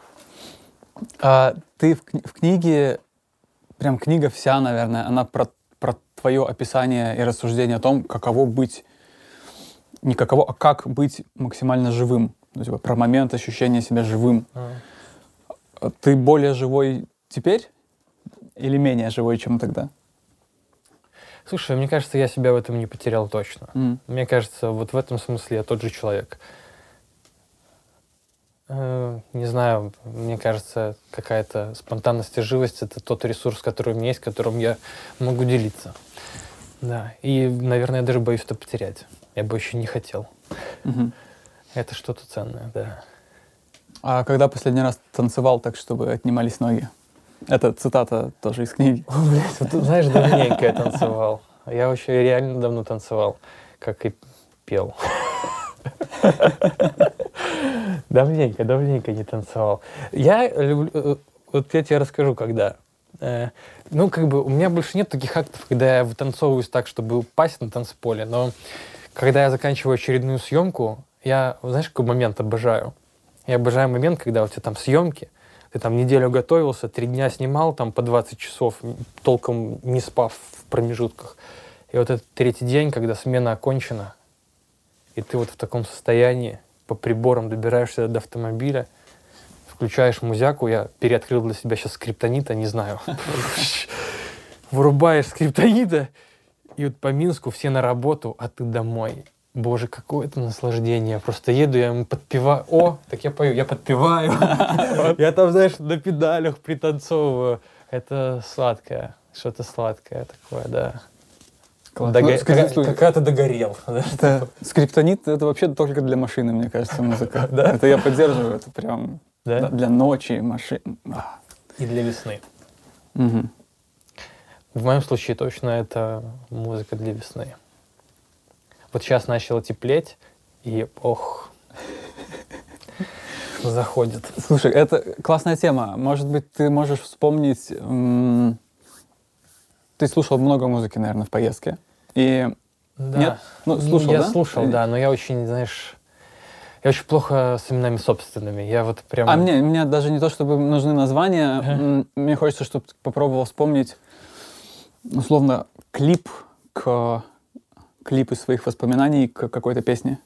Ты в книге, прям книга вся, наверное, она про твое описание и рассуждение о том, каково быть, не каково, а как быть максимально живым. Типа, про момент ощущения себя живым. Ты более живой теперь или менее живой, чем тогда? Слушай, мне кажется, я себя в этом не потерял точно. Мне кажется, вот в этом смысле я тот же человек. Не знаю, мне кажется, какая-то спонтанность и живость — это тот ресурс, который у меня есть, которым я могу делиться. Да. И, наверное, я даже боюсь это потерять. Я бы еще не хотел. Это что-то ценное, да. А когда последний раз танцевал так, чтобы отнимались ноги? Это цитата тоже из книги. Блять, вот, знаешь, давненько я танцевал. Я вообще реально давно танцевал, как и пел. Давненько не танцевал. Я люблю... Вот я тебе расскажу, когда. У меня больше нет таких актов, когда я вытанцовываюсь так, чтобы упасть на танцполе. Но когда я заканчиваю очередную съемку, я, знаешь, какой момент обожаю? Я обожаю момент, когда у тебя там съемки, ты там неделю готовился, 3 дня снимал, там по 20 часов, толком не спав в промежутках. И вот этот 3-й день, когда смена окончена, и ты вот в таком состоянии, по приборам добираешься до автомобиля, включаешь музяку, я переоткрыл для себя сейчас скриптонита, не знаю. Вырубаешь скриптонита, и вот по Минску все на работу, а ты домой. Боже, какое это наслаждение. Просто еду, я ему подпеваю. О, так я пою, я подпеваю. Я там, знаешь, на педалях пританцовываю. Это сладкое, что-то сладкое такое, да. Классно. Ну, слушай, Когда ты догорел. Да? это скриптонит — это вообще только для машины, мне кажется, музыка. Да? Это я поддерживаю, это прям Да? для ночи, машин. И для весны. Мгм. В моем случае точно это музыка для весны. Вот сейчас начало теплеть, и заходит. Слушай, это классная тема. Может быть, ты можешь вспомнить... Ты слушал много музыки, наверное, в поездке. И... Да. Нет? Ну, слушал, я да? слушал, да, но я очень, знаешь, я очень плохо с именами собственными. Я вот прям... А мне даже не то, чтобы нужны названия. Ага. Мне хочется, чтобы ты попробовал вспомнить, условно, клип из своих воспоминаний к какой-то песне.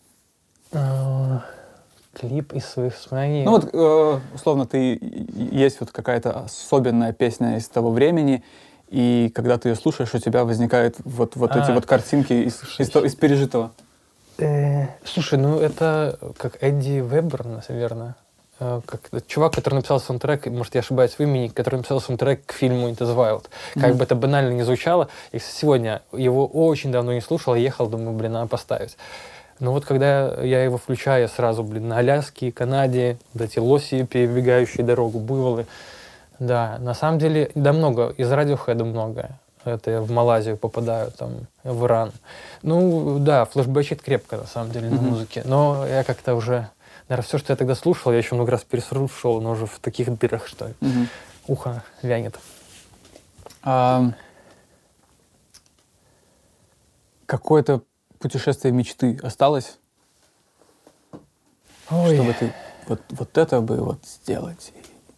Клип из своих воспоминаний. Ну вот, условно, есть вот какая-то особенная песня из того времени, и когда ты ее слушаешь, у тебя возникают вот эти вот картинки из пережитого. Слушай, ну это как Эдди Вебер, наверное. Как чувак, который написал саундтрек, может, я ошибаюсь в имени, который написал саундтрек к фильму Into the Wild. Как бы это банально не звучало, и сегодня его очень давно не слушал, ехал, думаю, надо поставить. Но вот когда я его включаю, я сразу, на Аляске, Канаде, вот эти лоси, перебегающие дорогу, буйволы. Да, на самом деле, да, много, из Radiohead много. Это я в Малайзию попадаю, там, в Иран. Ну, да, флешбэчит крепко, на самом деле, на музыке. Но я как-то уже, наверное, все, что я тогда слушал, я еще много раз переслушал, но уже в таких дырах, что ухо вянет. Какое-то путешествие мечты осталось? Ой. Чтобы ты вот это бы вот сделать?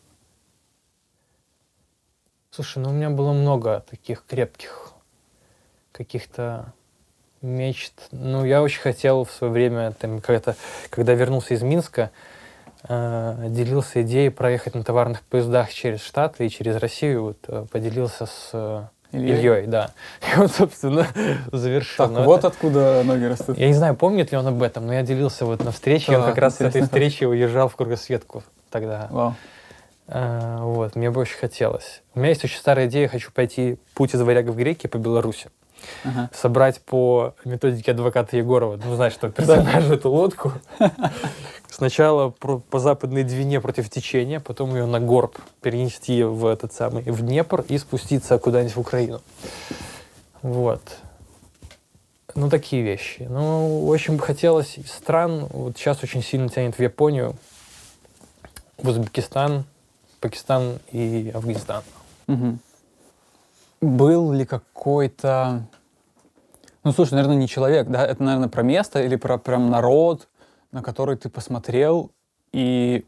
Слушай, ну у меня было много таких крепких каких-то мечт. Ну, я очень хотел в свое время, там, когда вернулся из Минска, делился идеей проехать на товарных поездах через Штаты и через Россию. Вот, поделился с Ильей, да. И вот, собственно, завершил. Так, вот откуда ноги растут. Я не знаю, помнит ли он об этом, но я делился вот на встрече, он как раз с этой встречи уезжал в кругосветку тогда. Вау. Вот, мне бы очень хотелось. У меня есть очень старая идея, хочу пойти путь из варягов в греки по Беларуси. Собрать по методике адвоката Егорова, ну, знаешь, что персонажа эту лодку. Сначала по западной Двине против течения, потом ее на горб перенести в Днепр и спуститься куда-нибудь в Украину. Вот. Ну, такие вещи. Ну, очень бы хотелось из стран, вот сейчас очень сильно тянет в Японию, в Узбекистан, Пакистан и Афганистан. Угу. Был ли какой-то... Ну, слушай, наверное, не человек, да? Это, наверное, про место или про прям народ, на который ты посмотрел и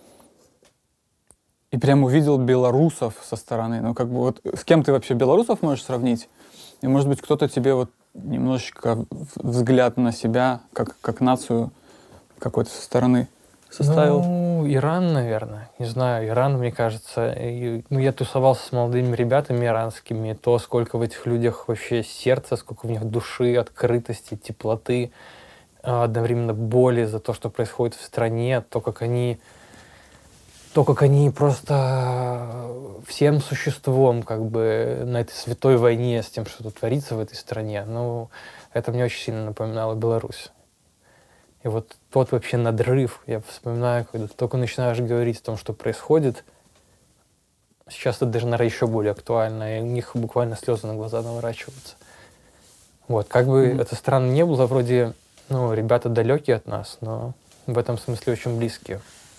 прям увидел белорусов со стороны. Ну, как бы вот с кем ты вообще белорусов можешь сравнить? И, может быть, кто-то тебе вот немножечко взгляд на себя, как нацию какой-то со стороны составил? Ну, Иран, наверное. Не знаю, Иран, мне кажется. Я тусовался с молодыми ребятами иранскими. То, сколько в этих людях вообще сердца, сколько в них души, открытости, теплоты, одновременно боли за то, что происходит в стране, то, как они просто всем существом как бы на этой святой войне с тем, что тут творится в этой стране. Ну, это мне очень сильно напоминало Беларусь. И вот тот вообще надрыв, я вспоминаю, когда ты только начинаешь говорить о том, что происходит, сейчас это даже, наверное, еще более актуально, и у них буквально слезы на глаза наворачиваются. Вот, как бы это странно не было, вроде, ну, ребята далекие от нас, но в этом смысле очень близкие.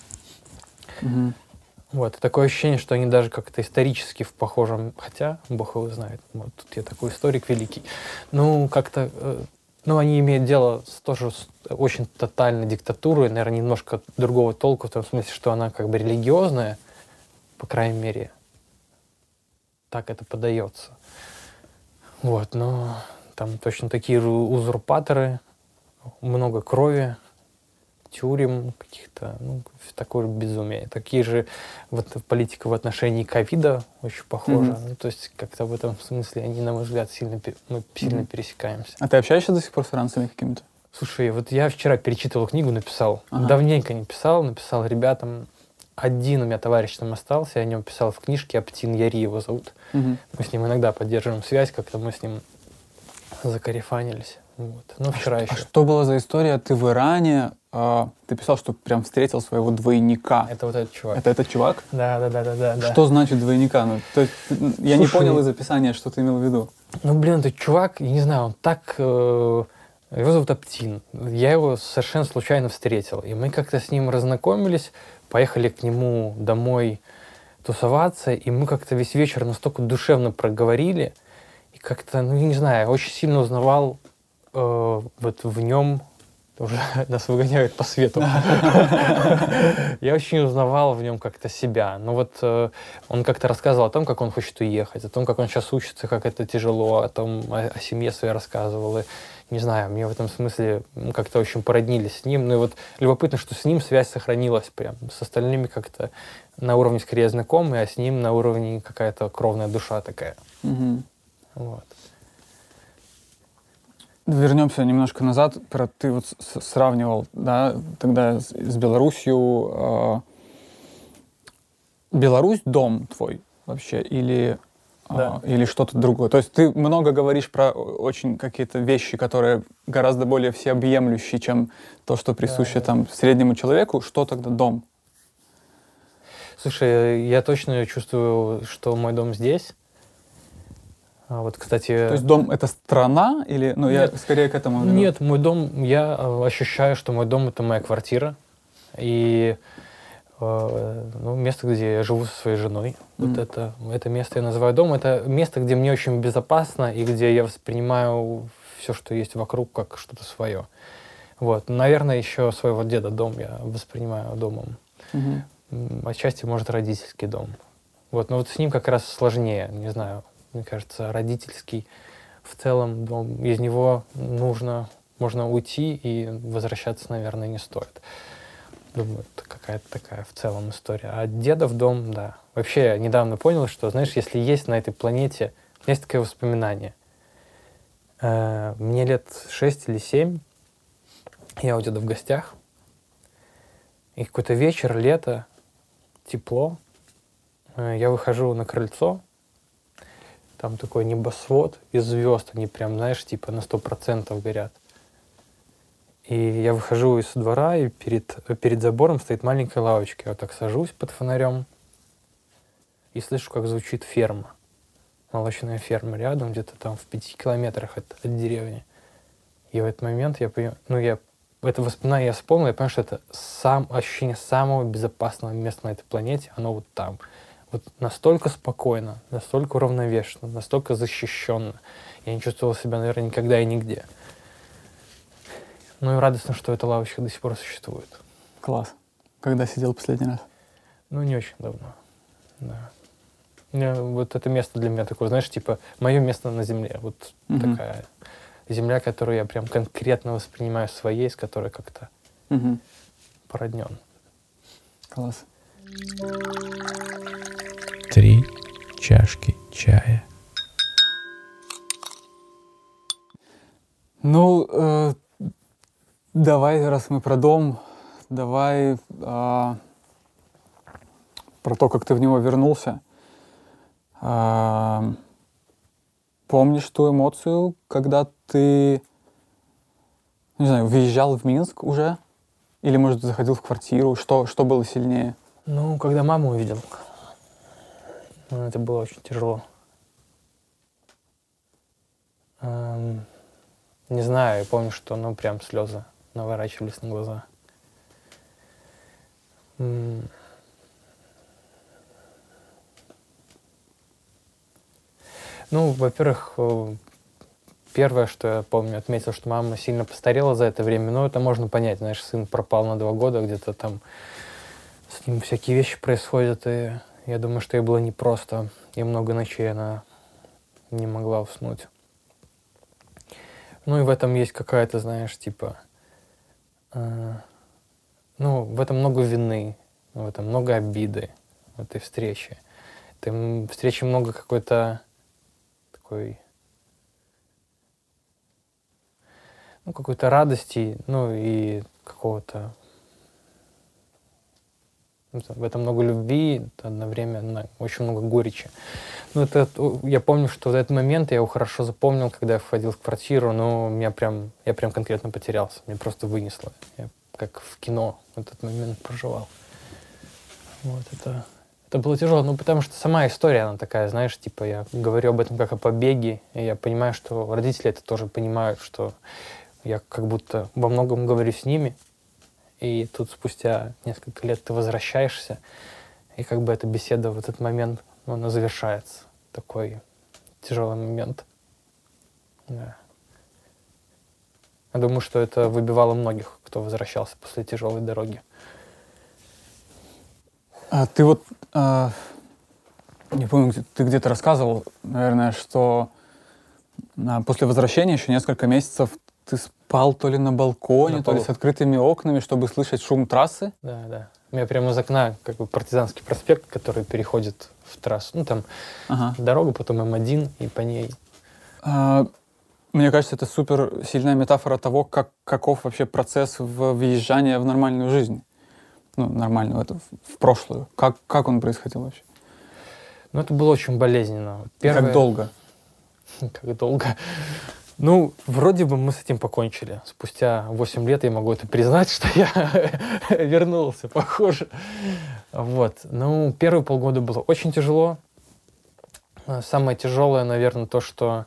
Вот, такое ощущение, что они даже как-то исторически в похожем, хотя, бог его знает, вот тут я такой историк великий, ну, как-то... Ну, они имеют дело тоже с очень тотальной диктатурой, наверное, немножко другого толка, в том смысле, что она как бы религиозная, по крайней мере, так это подается. Вот, но там точно такие же узурпаторы, много крови, тюрем каких-то, ну, такое же безумие. Такие же вот политика в отношении ковида очень похожа. Ну, то есть как-то в этом смысле они, на мой взгляд, мы сильно пересекаемся. А ты общаешься до сих пор с иранцами какими-то? Слушай, вот я вчера перечитывал книгу, написал. Давненько не писал, написал ребятам. Один у меня товарищ там остался, я о нем писал в книжке, Аптин Яри его зовут. Мы с ним иногда поддерживаем связь, как-то мы с ним закарифанились. Вот. Ну, вчера еще. А что была за история? Ты в Иране, ты писал, что прям встретил своего двойника. Это вот этот чувак. Это этот чувак? Да. Что значит двойника? Ну, то есть, я не Слушай, понял из описания, что ты имел в виду. Ну, блин, этот чувак, я не знаю, он так... его зовут Аптин. Я его совершенно случайно встретил. И мы как-то с ним разнакомились, поехали к нему домой тусоваться, и мы как-то весь вечер настолько душевно проговорили, и как-то, ну, я не знаю, очень сильно узнавал вот в нем, уже нас выгоняют по свету. Я очень узнавал в нем как-то себя. Ну вот он как-то рассказывал о том, как он хочет уехать, о том, как он сейчас учится, как это тяжело, о семье своей рассказывал. И, не знаю, мне в этом смысле как-то очень породнились с ним. Ну и вот любопытно, что с ним связь сохранилась прям. С остальными как-то на уровне скорее знакомые, а с ним на уровне какая-то кровная душа такая. Вот. Вернемся немножко назад. Ты вот сравнивал, да, тогда с Беларусью. Беларусь дом твой вообще или что-то другое? То есть ты много говоришь про очень какие-то вещи, которые гораздо более всеобъемлющие, чем то, что присуще там среднему человеку. Что тогда дом? Слушай, я точно чувствую, что мой дом здесь. Вот, кстати... То есть дом — это страна? Или, ну, Нет, я скорее к этому веду. Нет, мой дом, я ощущаю, что мой дом — это моя квартира. И ну, место, где я живу со своей женой. Вот это место я называю дом. Это место, где мне очень безопасно и где я воспринимаю все, что есть вокруг, как что-то свое. Вот. Наверное, еще своего деда дом я воспринимаю домом. Отчасти, может, родительский дом. Вот. Но вот с ним как раз сложнее, не знаю. Мне кажется, родительский в целом дом, из него можно уйти, и возвращаться, наверное, не стоит. Думаю, это какая-то такая в целом история. А дедов дом, да. Вообще, я недавно понял, что, знаешь, если есть на этой планете, есть такое воспоминание. Мне лет 6 или 7, я у деда в гостях, и какой-то вечер, лето, тепло, я выхожу на крыльцо, там такой небосвод из звезд, они прям, знаешь, типа на 100% горят. И я выхожу из двора, и перед забором стоит маленькая лавочка. Я вот так сажусь под фонарем и слышу, как звучит ферма. Молочная ферма рядом, где-то там в 5 километрах от деревни. И в этот момент я понимаю, это воспоминание я вспомнил, я понял, что это ощущение самого безопасного места на этой планете, оно вот там. Вот настолько спокойно, настолько уравновешенно, настолько защищенно. Я не чувствовал себя, наверное, никогда и нигде. Ну и радостно, что эта лавочка до сих пор существует. Класс. Когда сидел последний раз? Ну, не очень давно. Да. Вот это место для меня такое, знаешь, типа, мое место на земле. Вот такая земля, которую я прям конкретно воспринимаю своей, с которой как-то породнен. Класс. 3 чашки чая. Ну, давай, раз мы про дом, давай про то, как ты в него вернулся. Помнишь ту эмоцию, когда ты, не знаю, въезжал в Минск уже? Или, может, заходил в квартиру? Что было сильнее? Ну, когда маму увидел, это было очень тяжело. Не знаю, я помню, что, прям слезы наворачивались на глаза. Ну, во-первых, первое, что я помню, отметил, что мама сильно постарела за это время. Но это можно понять, знаешь, сын пропал на 2 года, где-то там с ним всякие вещи происходят, и я думаю, что ей было непросто. И много ночей она не могла уснуть. Ну и в этом есть какая-то, знаешь, типа... в этом много вины, в этом много обиды, в этой встрече. В этой встрече много какой-то такой... какой-то радости, и какого-то В этом много любви, одновременно очень много горечи. Я помню, что в этот момент я его хорошо запомнил, когда я входил в квартиру, но я прям конкретно потерялся, мне просто вынесло. Я как в кино этот момент проживал. Это было тяжело, потому что сама история, она такая, знаешь, типа я говорю об этом как о побеге, и я понимаю, что родители это тоже понимают, что я как будто во многом говорю с ними, и тут спустя несколько лет ты возвращаешься, и как бы эта беседа в этот момент, она завершается. Такой тяжелый момент. Да. Я думаю, что это выбивало многих, кто возвращался после тяжелой дороги. Ты не помню, ты где-то рассказывал, наверное, что после возвращения еще несколько месяцев ты спал то ли на балконе, то ли с открытыми окнами, чтобы слышать шум трассы. Да. У меня прямо из окна как бы Партизанский проспект, который переходит в трассу. Там дорога, потом М1 и по ней. Мне кажется, это супер сильная метафора того, каков вообще процесс въезжания в нормальную жизнь. Нормальную, в прошлую. Как он происходил вообще? Это было очень болезненно. Как долго? Как долго? Вроде бы мы с этим покончили. Спустя 8 лет я могу это признать, что я вернулся, похоже. Первые полгода было очень тяжело. Самое тяжелое, наверное, то, что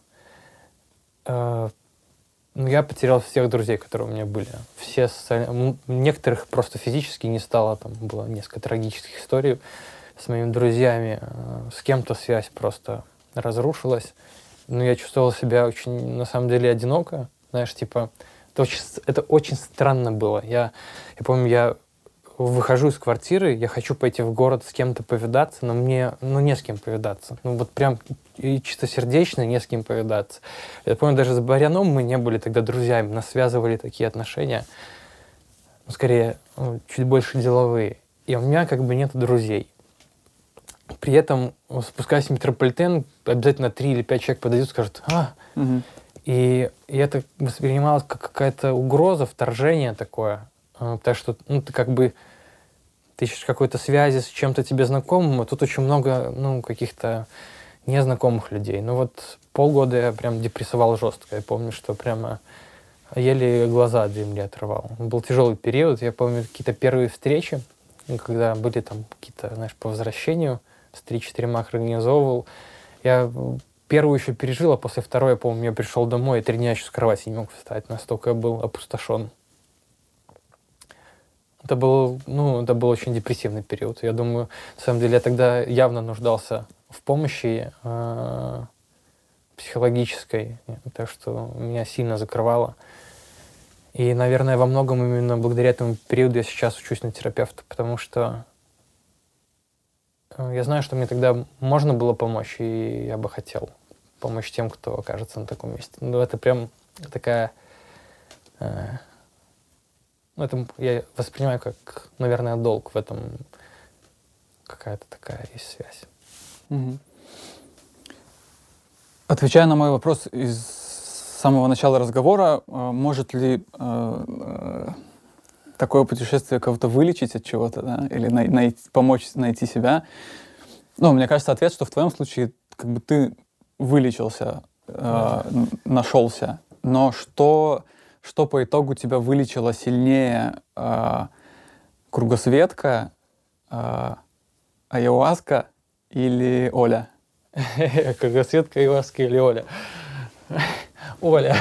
я потерял всех друзей, которые у меня были. Некоторых просто физически не стало. Там было несколько трагических историй с моими друзьями. С кем-то связь просто разрушилась. Я чувствовал себя очень, на самом деле, одиноко. Знаешь, типа, это очень странно было. Я помню, я выхожу из квартиры, я хочу пойти в город с кем-то повидаться, но мне, не с кем повидаться. Прям и чистосердечно не с кем повидаться. Я помню, даже с Баряном мы не были тогда друзьями, нас связывали такие отношения, скорее, чуть больше деловые. И у меня как бы нет друзей. При этом, спускаясь в метрополитен, обязательно 3 или 5 человек подойдут и скажут И это воспринималось как какая-то угроза, вторжение такое. Потому что ты ищешь какой-то связи с чем-то тебе знакомым, а тут очень много каких-то незнакомых людей. Полгода я прям депрессовал жестко. Я помню, что прямо еле глаза от земли отрывал. Был тяжелый период. Я помню какие-то первые встречи, когда были там какие-то, знаешь, по возвращению, с 3-4 организовывал. Я первую еще пережил, а после второй, я помню, я пришел домой, и 3 дня еще с кровати не мог встать. Настолько я был опустошен. Это был очень депрессивный период. Я думаю, на самом деле, я тогда явно нуждался в помощи психологической, так что меня сильно закрывало. И, наверное, во многом именно благодаря этому периоду я сейчас учусь на терапевта, потому что я знаю, что мне тогда можно было помочь, и я бы хотел помочь тем, кто окажется на таком месте. Это прям такая... это я воспринимаю как, наверное, долг в этом. Какая-то такая есть связь. Угу. Отвечая на мой вопрос из самого начала разговора, может ли такое путешествие кого-то вылечить от чего-то, да? Или помочь найти себя? Мне кажется, ответ, что в твоем случае как бы ты вылечился, нашелся. Но что по итогу тебя вылечило сильнее? Кругосветка, ayahuasca или Оля? Кругосветка, ayahuasca или Оля? Оля.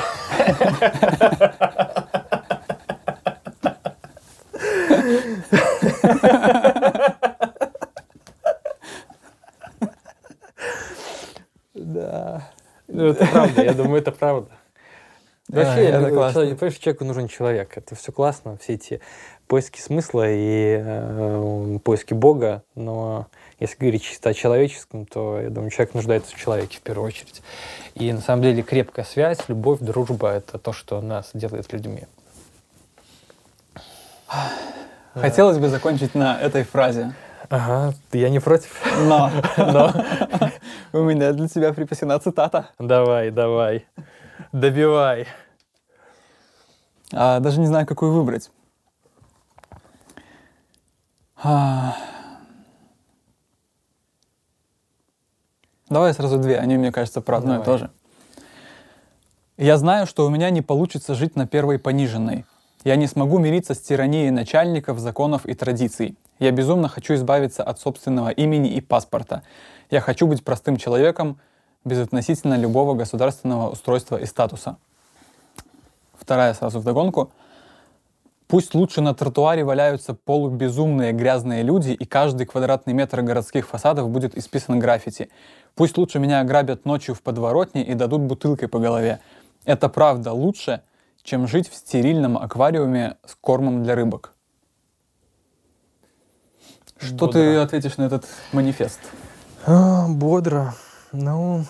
Да. Это правда, я думаю, это правда. Вообще, человеку нужен человек. Это все классно, все эти поиски смысла и поиски Бога, но если говорить чисто о человеческом, то, я думаю, человек нуждается в человеке в первую очередь. И на самом деле крепкая связь, любовь, дружба — это то, что нас делает людьми. Хотелось бы закончить на этой фразе. Ага, я не против. Но. У меня для тебя припасена цитата. Давай. Добивай. Даже не знаю, какую выбрать. Давай сразу две, они, мне кажется, про одно и Давай. то же. Я знаю, что у меня не получится жить на первой пониженной. Я не смогу мириться с тиранией начальников, законов и традиций. Я безумно хочу избавиться от собственного имени и паспорта. Я хочу быть простым человеком, безотносительно любого государственного устройства и статуса. Вторая сразу вдогонку. Пусть лучше на тротуаре валяются полубезумные грязные люди, и каждый квадратный метр городских фасадов будет исписан граффити. Пусть лучше меня ограбят ночью в подворотне и дадут бутылкой по голове. Это правда лучше, чем жить в стерильном аквариуме с кормом для рыбок. Что ты ответишь на этот манифест? Бодро. Ну,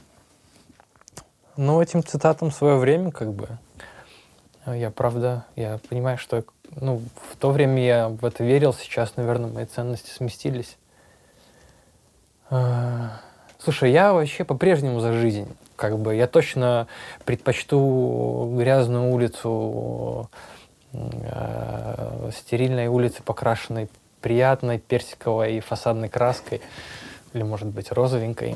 этим цитатам свое время, как бы. Я понимаю, что в то время я в это верил, сейчас, наверное, мои ценности сместились. Слушай, я вообще по-прежнему за жизнь. Как бы я точно предпочту грязную улицу, стерильной улице, покрашенной приятной персиковой и фасадной краской, или, может быть, розовенькой.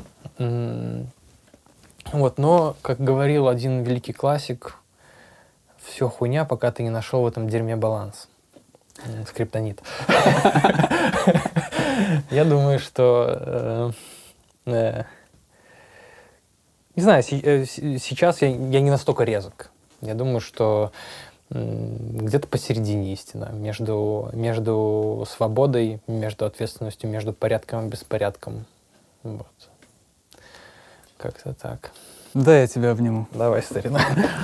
Но, как говорил один великий классик, все хуйня, пока ты не нашел в этом дерьме баланс. Скриптонит. Я думаю, что... Не знаю, сейчас я не настолько резок. Я думаю, что где-то посередине истина. Между свободой, между ответственностью, между порядком и беспорядком. Вот. Как-то так. Да, я тебя обниму. Давай, старина.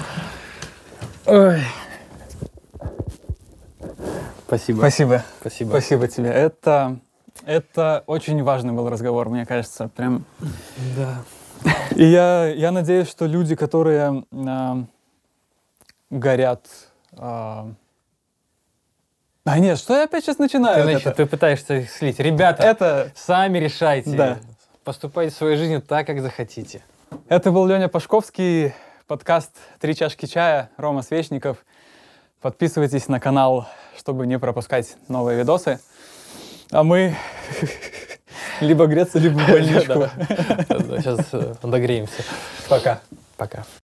Ой. Спасибо. Спасибо. Спасибо. Спасибо тебе. Это очень важный был разговор, мне кажется. Прям. Да. И я надеюсь, что люди, которые горят... нет, что я опять сейчас начинаю? Ты пытаешься их слить. Ребята, сами решайте. Да. Поступайте в своей жизни так, как захотите. Это был Леня Пашковский, подкаст «Три чашки чая», Рома Свечников. Подписывайтесь на канал, чтобы не пропускать новые видосы. А мы либо греться, либо в больничку. Сейчас догреемся. Пока. Пока.